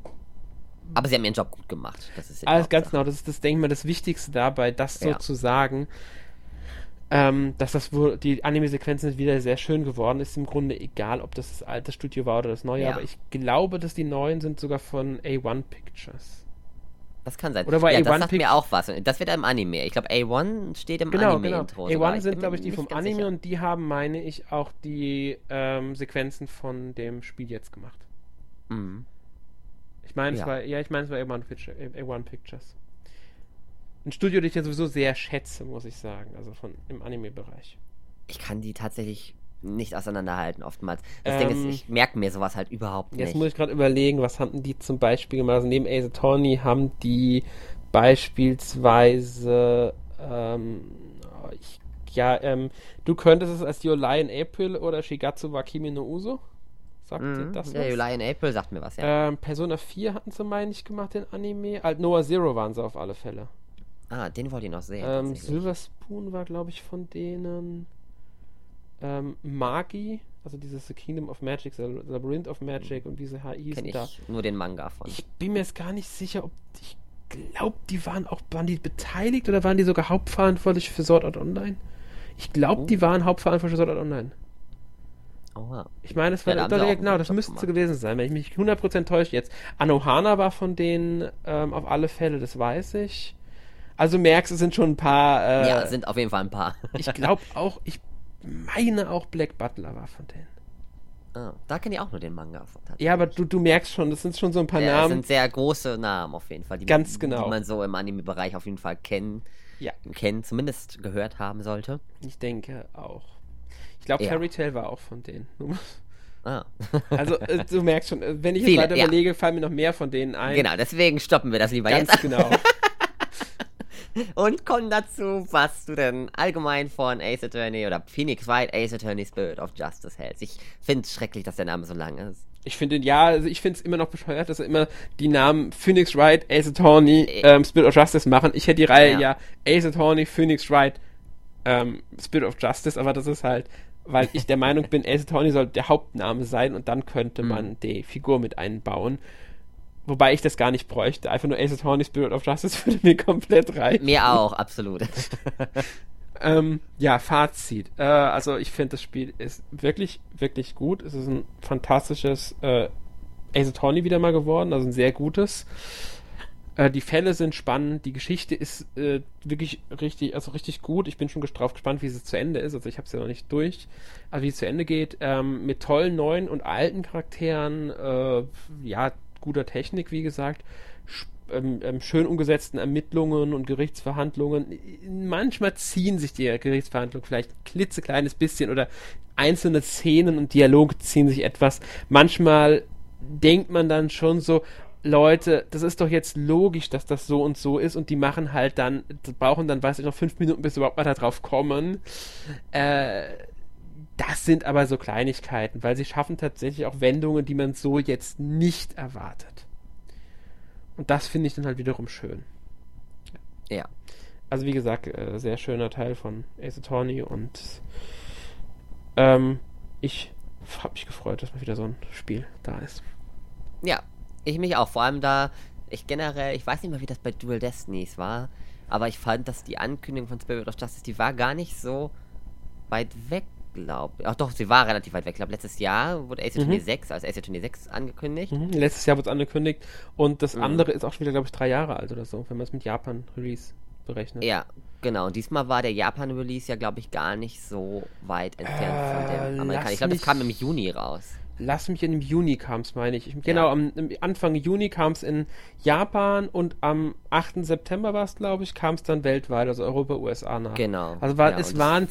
Aber sie haben ihren Job gut gemacht. Das ist ja alles ganz genau. Das ist, das denke ich mal, das Wichtigste dabei, das so ja. zu sagen. Ähm, dass das wohl, die Anime-Sequenzen sind wieder sehr schön geworden, ist im Grunde egal, ob das das alte Studio war oder das neue, ja. aber ich glaube, dass die neuen sind sogar von A eins Pictures. Das kann sein. Oder war ja, A das eins sagt mir auch was. Das wird im Anime. Ich glaube, A eins steht im genau, Anime-Intro. Genau, A eins sind, glaube ich, die vom Anime sicher. Und die haben, meine ich, auch die ähm, Sequenzen von dem Spiel jetzt gemacht. Mhm. Ich meine, ja. es war, ja, ich meine, es war A eins Pictures. Ein Studio, das ich ja sowieso sehr schätze, muss ich sagen, also von im Anime-Bereich. Ich kann die tatsächlich nicht auseinanderhalten, oftmals. Das Ähm, Ding ist, ich merke mir sowas halt überhaupt nicht. Jetzt muss ich gerade überlegen, was haben die zum Beispiel gemacht? Also neben Ace Attorney haben die beispielsweise ähm, ich, ja, ähm, du könntest es als Yolai in April oder Shigatsu wa Kimi no Uso? Sagt mhm. dir das was? Ja, Yolai in April sagt mir was, ja. Ähm, Persona vier hatten sie, meine ich, gemacht, den Anime. Alt Noah Zero waren sie auf alle Fälle. Ah, den wollte ich noch sehen. Ähm, Silver Spoon war, glaube ich, von denen. Ähm, Magi, also dieses The Kingdom of Magic, The Labyrinth of Magic und diese H I sind da. Nur den Manga von. Ich bin mir jetzt gar nicht sicher, ob. Ich glaube, die waren auch. Waren die beteiligt oder waren die sogar hauptverantwortlich für Sword Art Online? Ich glaube, oh. die waren hauptverantwortlich für Sword Art Online. Oha. Ich meine, es war. Ja, da, genau, das müsste so gewesen sein, wenn ich mich hundert Prozent täusche jetzt. Anohana war von denen ähm, auf alle Fälle, das weiß ich. Also merkst, es sind schon ein paar. Äh, ja, es sind auf jeden Fall ein paar. Ich glaube auch, ich meine auch Black Butler war von denen. Ah, da kenne ich auch nur den Manga von. Ja, aber du, du merkst schon, das sind schon so ein paar ja, Namen. Das sind sehr große Namen auf jeden Fall, die, Ganz man, genau. die man so im Anime-Bereich auf jeden Fall kennen, ja. kennen, zumindest gehört haben sollte. Ich denke auch. Ich glaube, ja. Fairy Tail war auch von denen. Ah. Also, äh, du merkst schon, wenn ich Viele, jetzt weiter ja. überlege, fallen mir noch mehr von denen ein. Genau, deswegen stoppen wir das lieber Ganz jetzt. genau. Und kommen dazu, was du denn allgemein von Ace Attorney oder Phoenix Wright Ace Attorney Spirit of Justice hältst. Ich finde es schrecklich, dass der Name so lang ist. Ich finde, ja, also ich finde es immer noch bescheuert, dass er immer die Namen Phoenix Wright, Ace Attorney, ähm, Spirit of Justice machen. Ich hätte die Reihe ja, ja Ace Attorney, Phoenix Wright, ähm, Spirit of Justice, aber das ist halt, weil ich der Meinung bin, Ace Attorney soll der Hauptname sein und dann könnte man mhm. die Figur mit einbauen. Wobei ich das gar nicht bräuchte. Einfach nur Ace Attorney, Spirit of Justice würde mir komplett reichen. Mir auch, absolut. ähm, ja, Fazit. Äh, also ich finde, das Spiel ist wirklich, wirklich gut. Es ist ein fantastisches äh, Ace Attorney wieder mal geworden, also ein sehr gutes. Äh, die Fälle sind spannend, die Geschichte ist äh, wirklich richtig, also richtig gut. Ich bin schon drauf gespannt, wie es zu Ende ist. Also ich habe es ja noch nicht durch, also wie es zu Ende geht. Ähm, mit tollen neuen und alten Charakteren, äh, ja, guter Technik, wie gesagt, sp- ähm, ähm, schön umgesetzten Ermittlungen und Gerichtsverhandlungen. Manchmal ziehen sich die Gerichtsverhandlungen vielleicht ein klitzekleines bisschen oder einzelne Szenen und Dialoge ziehen sich etwas. Manchmal denkt man dann schon so, Leute, das ist doch jetzt logisch, dass das so und so ist und die machen halt dann, brauchen dann, weiß ich noch, fünf Minuten, bis sie überhaupt mal da drauf kommen. Äh, das sind aber so Kleinigkeiten, weil sie schaffen tatsächlich auch Wendungen, die man so jetzt nicht erwartet. Und das finde ich dann halt wiederum schön. Ja. Also wie gesagt, äh, sehr schöner Teil von Ace Attorney und ähm, ich habe mich gefreut, dass mal wieder so ein Spiel da ist. Ja, ich mich auch. Vor allem da, ich generell, ich weiß nicht mal, wie das bei Dual Destinies war, aber ich fand, dass die Ankündigung von Spirit of Justice, die war gar nicht so weit weg, glaube ich. Ach doch, sie war relativ weit weg. Ich glaube, letztes Jahr wurde Ace Attorney Mhm. sechs als Ace Attorney sechs angekündigt. Mhm. Letztes Jahr wurde es angekündigt und das Mhm. andere ist auch schon wieder, glaube ich, drei Jahre alt oder so, wenn man es mit Japan-Release berechnet. Ja, genau. Und diesmal war der Japan-Release ja, glaube ich, gar nicht so weit entfernt von Äh, dem Amerikaner. lass Ich glaube, das mich- kam im Juni raus. Lass mich in im Juni kam es, meine ich. ich genau, am, am Anfang Juni kam es in Japan und am achten September war es, glaube ich, kam es dann weltweit, also Europa, U S A nach. Genau. Also war, Ja, es und waren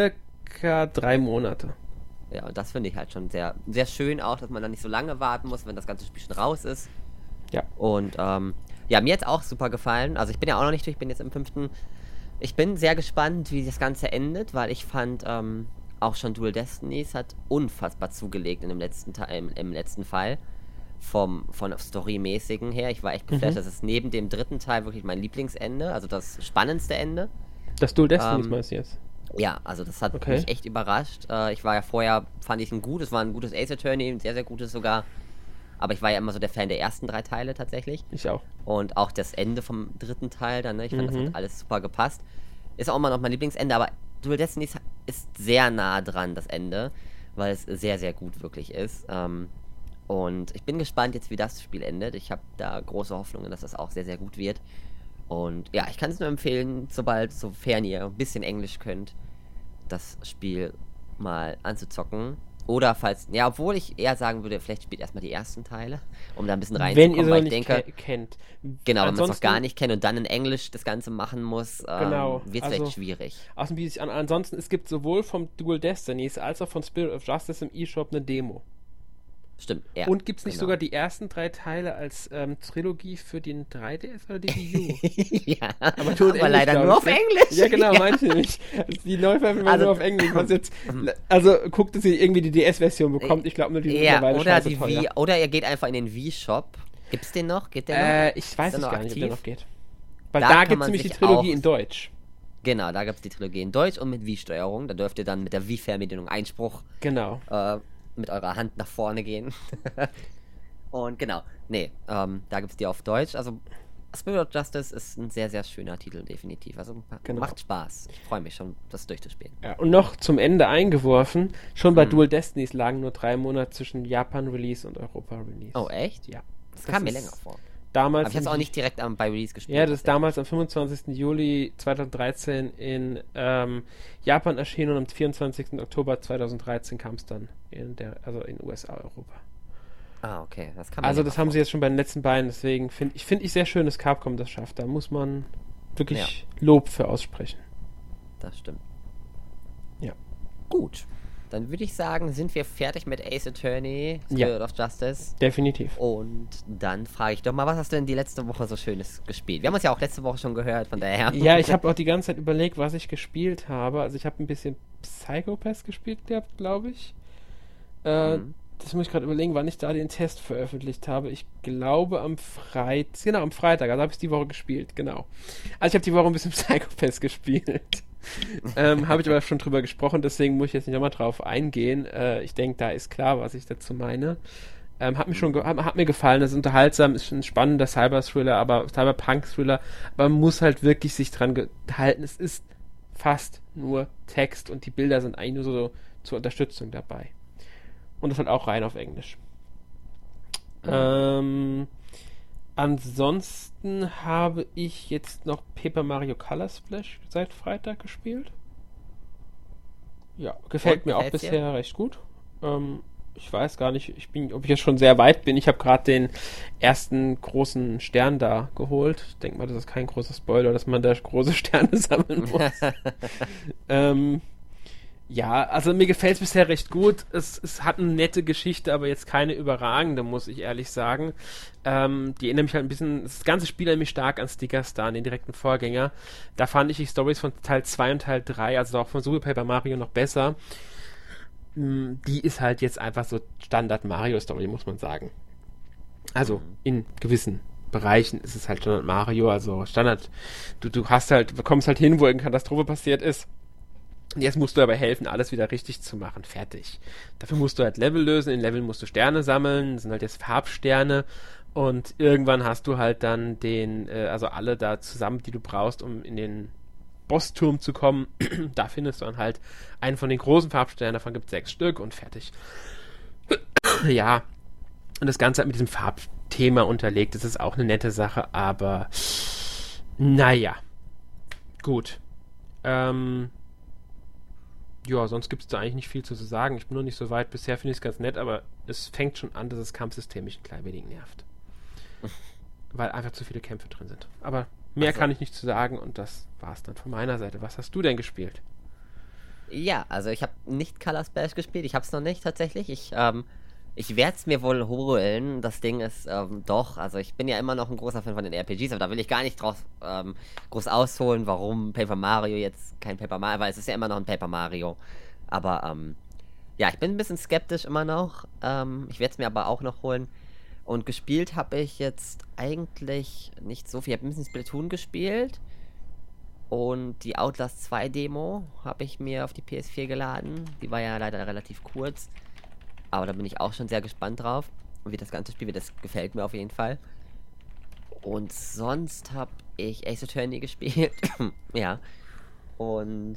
circa drei Monate. Ja, und das finde ich halt schon sehr, sehr schön auch, dass man dann nicht so lange warten muss, wenn das ganze Spiel schon raus ist. Ja. Und ähm, ja, mir hat es auch super gefallen. Also ich bin ja auch noch nicht durch, ich bin jetzt im fünften. Ich bin sehr gespannt, wie das Ganze endet, weil ich fand, ähm, auch schon Dual Destinies hat unfassbar zugelegt in dem letzten Teil, im, im letzten Fall. Vom, von Storymäßigen her. Ich war echt geflasht. Mhm. Das ist neben dem dritten Teil wirklich mein Lieblingsende, also das spannendste Ende. Das Dual Destinies Ähm, meinst du jetzt? Ja, also das hat Okay. mich echt überrascht. Äh, ich war ja vorher, fand ich ein gutes, war ein gutes Ace Attorney, ein sehr, sehr gutes sogar. Aber ich war ja immer so der Fan der ersten drei Teile tatsächlich. Ich auch. Und auch das Ende vom dritten Teil dann, ne? Ich fand, Mhm. das hat alles super gepasst. Ist auch immer noch mein Lieblingsende, aber Dual Destinies ist sehr nah dran, das Ende, weil es sehr, sehr gut wirklich ist. Ähm, und ich bin gespannt jetzt, wie das Spiel endet. Ich habe da große Hoffnungen, dass das auch sehr, sehr gut wird. Und ja, ich kann es nur empfehlen, sobald, sofern ihr ein bisschen Englisch könnt, das Spiel mal anzuzocken. Oder falls, ja, obwohl ich eher sagen würde, vielleicht spielt erstmal die ersten Teile, um da ein bisschen Wenn ihr reinzukommen, sie weil noch ich nicht denke, ke kennt. genau, wenn man es noch Ansonsten- gar nicht kennt und dann in Englisch das Ganze machen muss, ähm, Genau, wird es also- vielleicht schwierig. Außen bietet sich an. Ansonsten, es gibt sowohl vom Dual Destinies als auch von Spirit of Justice im eShop eine Demo. Stimmt, ja. Und gibt es nicht genau. sogar die ersten drei Teile als ähm, Trilogie für den drei D S oder die Wii U? ja, Aber aber, nur in Englisch, leider glaub nur ich, auf ne? Englisch. Ja, genau, meinte ich nämlich. Die Neuverfilmung war Also- nur auf Englisch. Was jetzt, also guckt, dass ihr irgendwie die D S-Version bekommt. Ich glaube nur, die sind Ja, mittlerweile oder, scheiße die teuer. Wii, oder ihr geht einfach in den Wii-Shop. Gibt's den noch? Geht der noch? Äh, ich weiß Ist der es noch gar nicht, ob der aktiv? noch geht. Weil Da da, kann gibt es man nämlich die sich Trilogie auch- in Deutsch. Genau, da gibt's die Trilogie in Deutsch und mit Wii-Steuerung. Da dürft ihr dann mit der Wii-Fernbedienung Einspruch Genau. äh, mit eurer Hand nach vorne gehen. Und genau, nee, ähm, da gibt's die auf Deutsch. Also Spirit of Justice ist ein sehr, sehr schöner Titel, definitiv. Also ma- Genau. macht Spaß. Ich freue mich schon, das durchzuspielen. Ja, und noch zum Ende eingeworfen, schon bei Hm. Dual Destinies lagen nur drei Monate zwischen Japan-Release und Europa-Release. Oh, echt? Ja. Das, Das kam mir ist länger vor. Damals Aber ich hab's im auch nicht direkt am, bei Release gespielt. Ja, das ist damals am fünfundzwanzigsten Juli zweitausenddreizehn in ähm, Japan erschienen und am vierundzwanzigsten Oktober zweitausenddreizehn kam es dann in der, also in U S A, Europa. Ah, okay. Das kann man Also länger das haben vor. sie jetzt schon bei den letzten beiden, deswegen finde ich, finde ich sehr schön, dass Capcom das schafft. Da muss man wirklich Lob für aussprechen. Das stimmt. Ja. Gut. Dann würde ich sagen, sind wir fertig mit Ace Attorney, Ja. Spirit of Justice. Definitiv. Und dann frage ich doch mal, was hast du denn die letzte Woche so Schönes gespielt? Wir haben uns ja auch letzte Woche schon gehört, von daher. Ja, ich habe auch die ganze Zeit überlegt, was ich gespielt habe. Also ich habe ein bisschen Psychopath gespielt gehabt, glaube ich. Äh, Mhm. Das muss ich gerade überlegen, wann ich da den Test veröffentlicht habe. Ich glaube am Freitag, genau, am Freitag, also habe ich die Woche gespielt, genau. Also ich habe die Woche ein bisschen Psychopath gespielt. ähm, habe ich aber schon drüber gesprochen, deswegen muss ich jetzt nicht nochmal drauf eingehen. Äh, ich denke, da ist klar, was ich dazu meine. Ähm, hat, mir schon ge- hat, hat mir gefallen, das ist unterhaltsam, ist ein spannender Cyber-Thriller, aber Cyberpunk-Thriller, aber man muss halt wirklich sich dran gehalten. Es ist fast nur Text und die Bilder sind eigentlich nur so zur Unterstützung dabei. Und das halt auch rein auf Englisch. Mhm. Ähm, Ansonsten habe ich jetzt noch Paper Mario Color Splash seit Freitag gespielt. Ja, gefällt Und, mir auch gefällt's dir? bisher recht gut. Ähm, ich weiß gar nicht, ich bin, ob ich jetzt schon sehr weit bin. Ich habe gerade den ersten großen Stern da geholt. Ich denke mal, das ist kein großer Spoiler, dass man da große Sterne sammeln muss. ähm, ja, also mir gefällt es bisher recht gut. Es, es hat eine nette Geschichte, aber jetzt keine überragende, muss ich ehrlich sagen. Ähm, die erinnert mich halt ein bisschen, das ganze Spiel erinnert mich stark an Sticker Star, an den direkten Vorgänger. Da fand ich die Storys von Teil zwei und Teil drei, also auch von Super Paper Mario, noch besser. Mm, Die ist halt jetzt einfach so Standard Mario Story, muss man sagen. Also Mhm. in gewissen Bereichen ist es halt Standard Mario, also Standard, du, du hast halt, du kommst halt hin, wo irgendeine Katastrophe passiert ist. Und jetzt musst du aber helfen, alles wieder richtig zu machen. Fertig. Dafür musst du halt Level lösen. In Level musst du Sterne sammeln. Das sind halt jetzt Farbsterne. Und irgendwann hast du halt dann den, äh, also alle da zusammen, die du brauchst, um in den Bossturm zu kommen. Da findest du dann halt einen von den großen Farbsternen. Davon gibt es sechs Stück und fertig. Ja. Und das Ganze hat mit diesem Farbthema unterlegt. Das ist auch eine nette Sache, aber naja. Gut. Ähm. Ja, sonst gibt es da eigentlich nicht viel zu sagen. Ich bin noch nicht so weit. Bisher finde ich es ganz nett, aber es fängt schon an, dass das Kampfsystem mich ein klein wenig nervt. Weil einfach zu viele Kämpfe drin sind. Aber mehr Also- kann ich nicht zu sagen und das war's dann von meiner Seite. Was hast du denn gespielt? Ja, also ich habe nicht Color Splash gespielt, ich habe es noch nicht tatsächlich. Ich, ähm, ich werde es mir wohl holen. Das Ding ist, ähm, doch, also ich bin ja immer noch ein großer Fan von den R P Gs, aber da will ich gar nicht draus ähm, groß ausholen, warum Paper Mario jetzt kein Paper Mario, weil es ist ja immer noch ein Paper Mario. Aber, ähm, ja, ich bin ein bisschen skeptisch immer noch. Ähm, ich werde es mir aber auch noch holen. Und gespielt habe ich jetzt eigentlich nicht so viel. Ich habe ein bisschen Splatoon gespielt. Und die Outlast zwei Demo habe ich mir auf die P S vier geladen. Die war ja leider relativ kurz. Aber da bin ich auch schon sehr gespannt drauf, wie das ganze Spiel wird. Das gefällt mir auf jeden Fall. Und sonst habe ich Ace Attorney gespielt. Ja. Und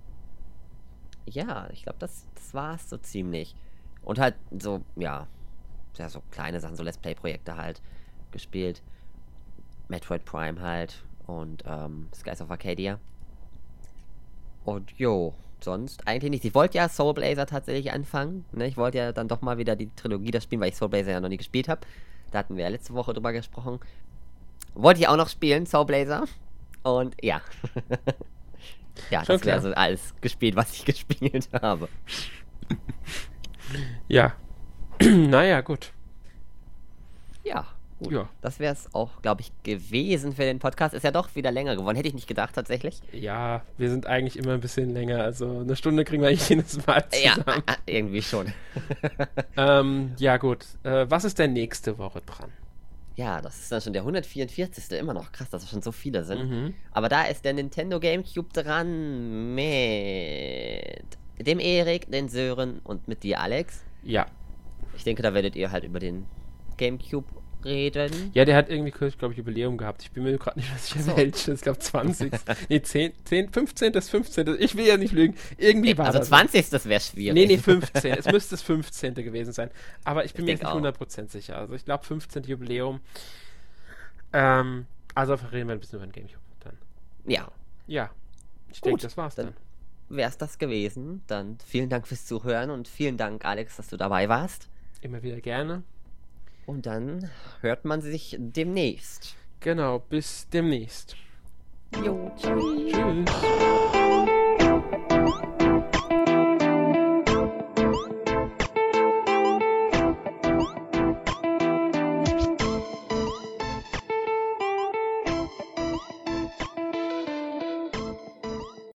ja, ich glaube, das, das war es so ziemlich. Und halt so, ja, ja, so kleine Sachen, so Let's Play-Projekte halt gespielt. Metroid Prime halt und ähm, Skies of Arcadia. Und jo, sonst eigentlich nicht. Ich wollte ja Soul Blazer tatsächlich anfangen. Ne? Ich wollte ja dann doch mal wieder die Trilogie da spielen, weil ich Soul Blazer ja noch nie gespielt habe. Da hatten wir ja letzte Woche drüber gesprochen. Wollte ich auch noch spielen, Soul Blazer. Und ja. Ja, Schon das wäre klar. so alles gespielt, was ich gespielt habe. Ja. Naja, gut. Ja, gut. Ja. Das wäre es auch, glaube ich, gewesen für den Podcast. Ist ja doch wieder länger geworden. Hätte ich nicht gedacht, tatsächlich. Ja, wir sind eigentlich immer ein bisschen länger. Also eine Stunde kriegen wir eigentlich jedes Mal Ja, zusammen. äh, irgendwie schon. Ähm, ja, gut. Äh, was ist denn nächste Woche dran? Ja, das ist dann schon der hundertvierundvierzigste Immer noch krass, dass es schon so viele sind. Mhm. Aber da ist der Nintendo GameCube dran mit dem Erik, den Sören und mit dir, Alex. Ja. Ich denke, da werdet ihr halt über den GameCube reden. Ja, der hat irgendwie kürzlich, glaube ich, Jubiläum gehabt. Ich bin mir gerade nicht mehr sicher, so. welches. Ich glaube zwanzig. Nee, zehn, zehn, fünfzehn, das fünfzehn. Ich will ja nicht lügen. Irgendwie war Also das. zwanzig, das wäre schwierig. Nee, nee, fünfzehn. Es müsste das fünfzehnte gewesen sein. Aber ich bin Ich mir denk jetzt nicht auch. hundert Prozent sicher. Also ich glaube fünfzehnte Jubiläum. Ähm, also reden wir ein bisschen über den Gamecube dann. Ja, Ja. Ich Gut, denke, das war's dann- dann. wäre es das gewesen. Dann vielen Dank fürs Zuhören und vielen Dank, Alex, dass du dabei warst. Immer wieder gerne. Und dann hört man sich demnächst. Genau, bis demnächst. Jo, tschüss. Tschüss.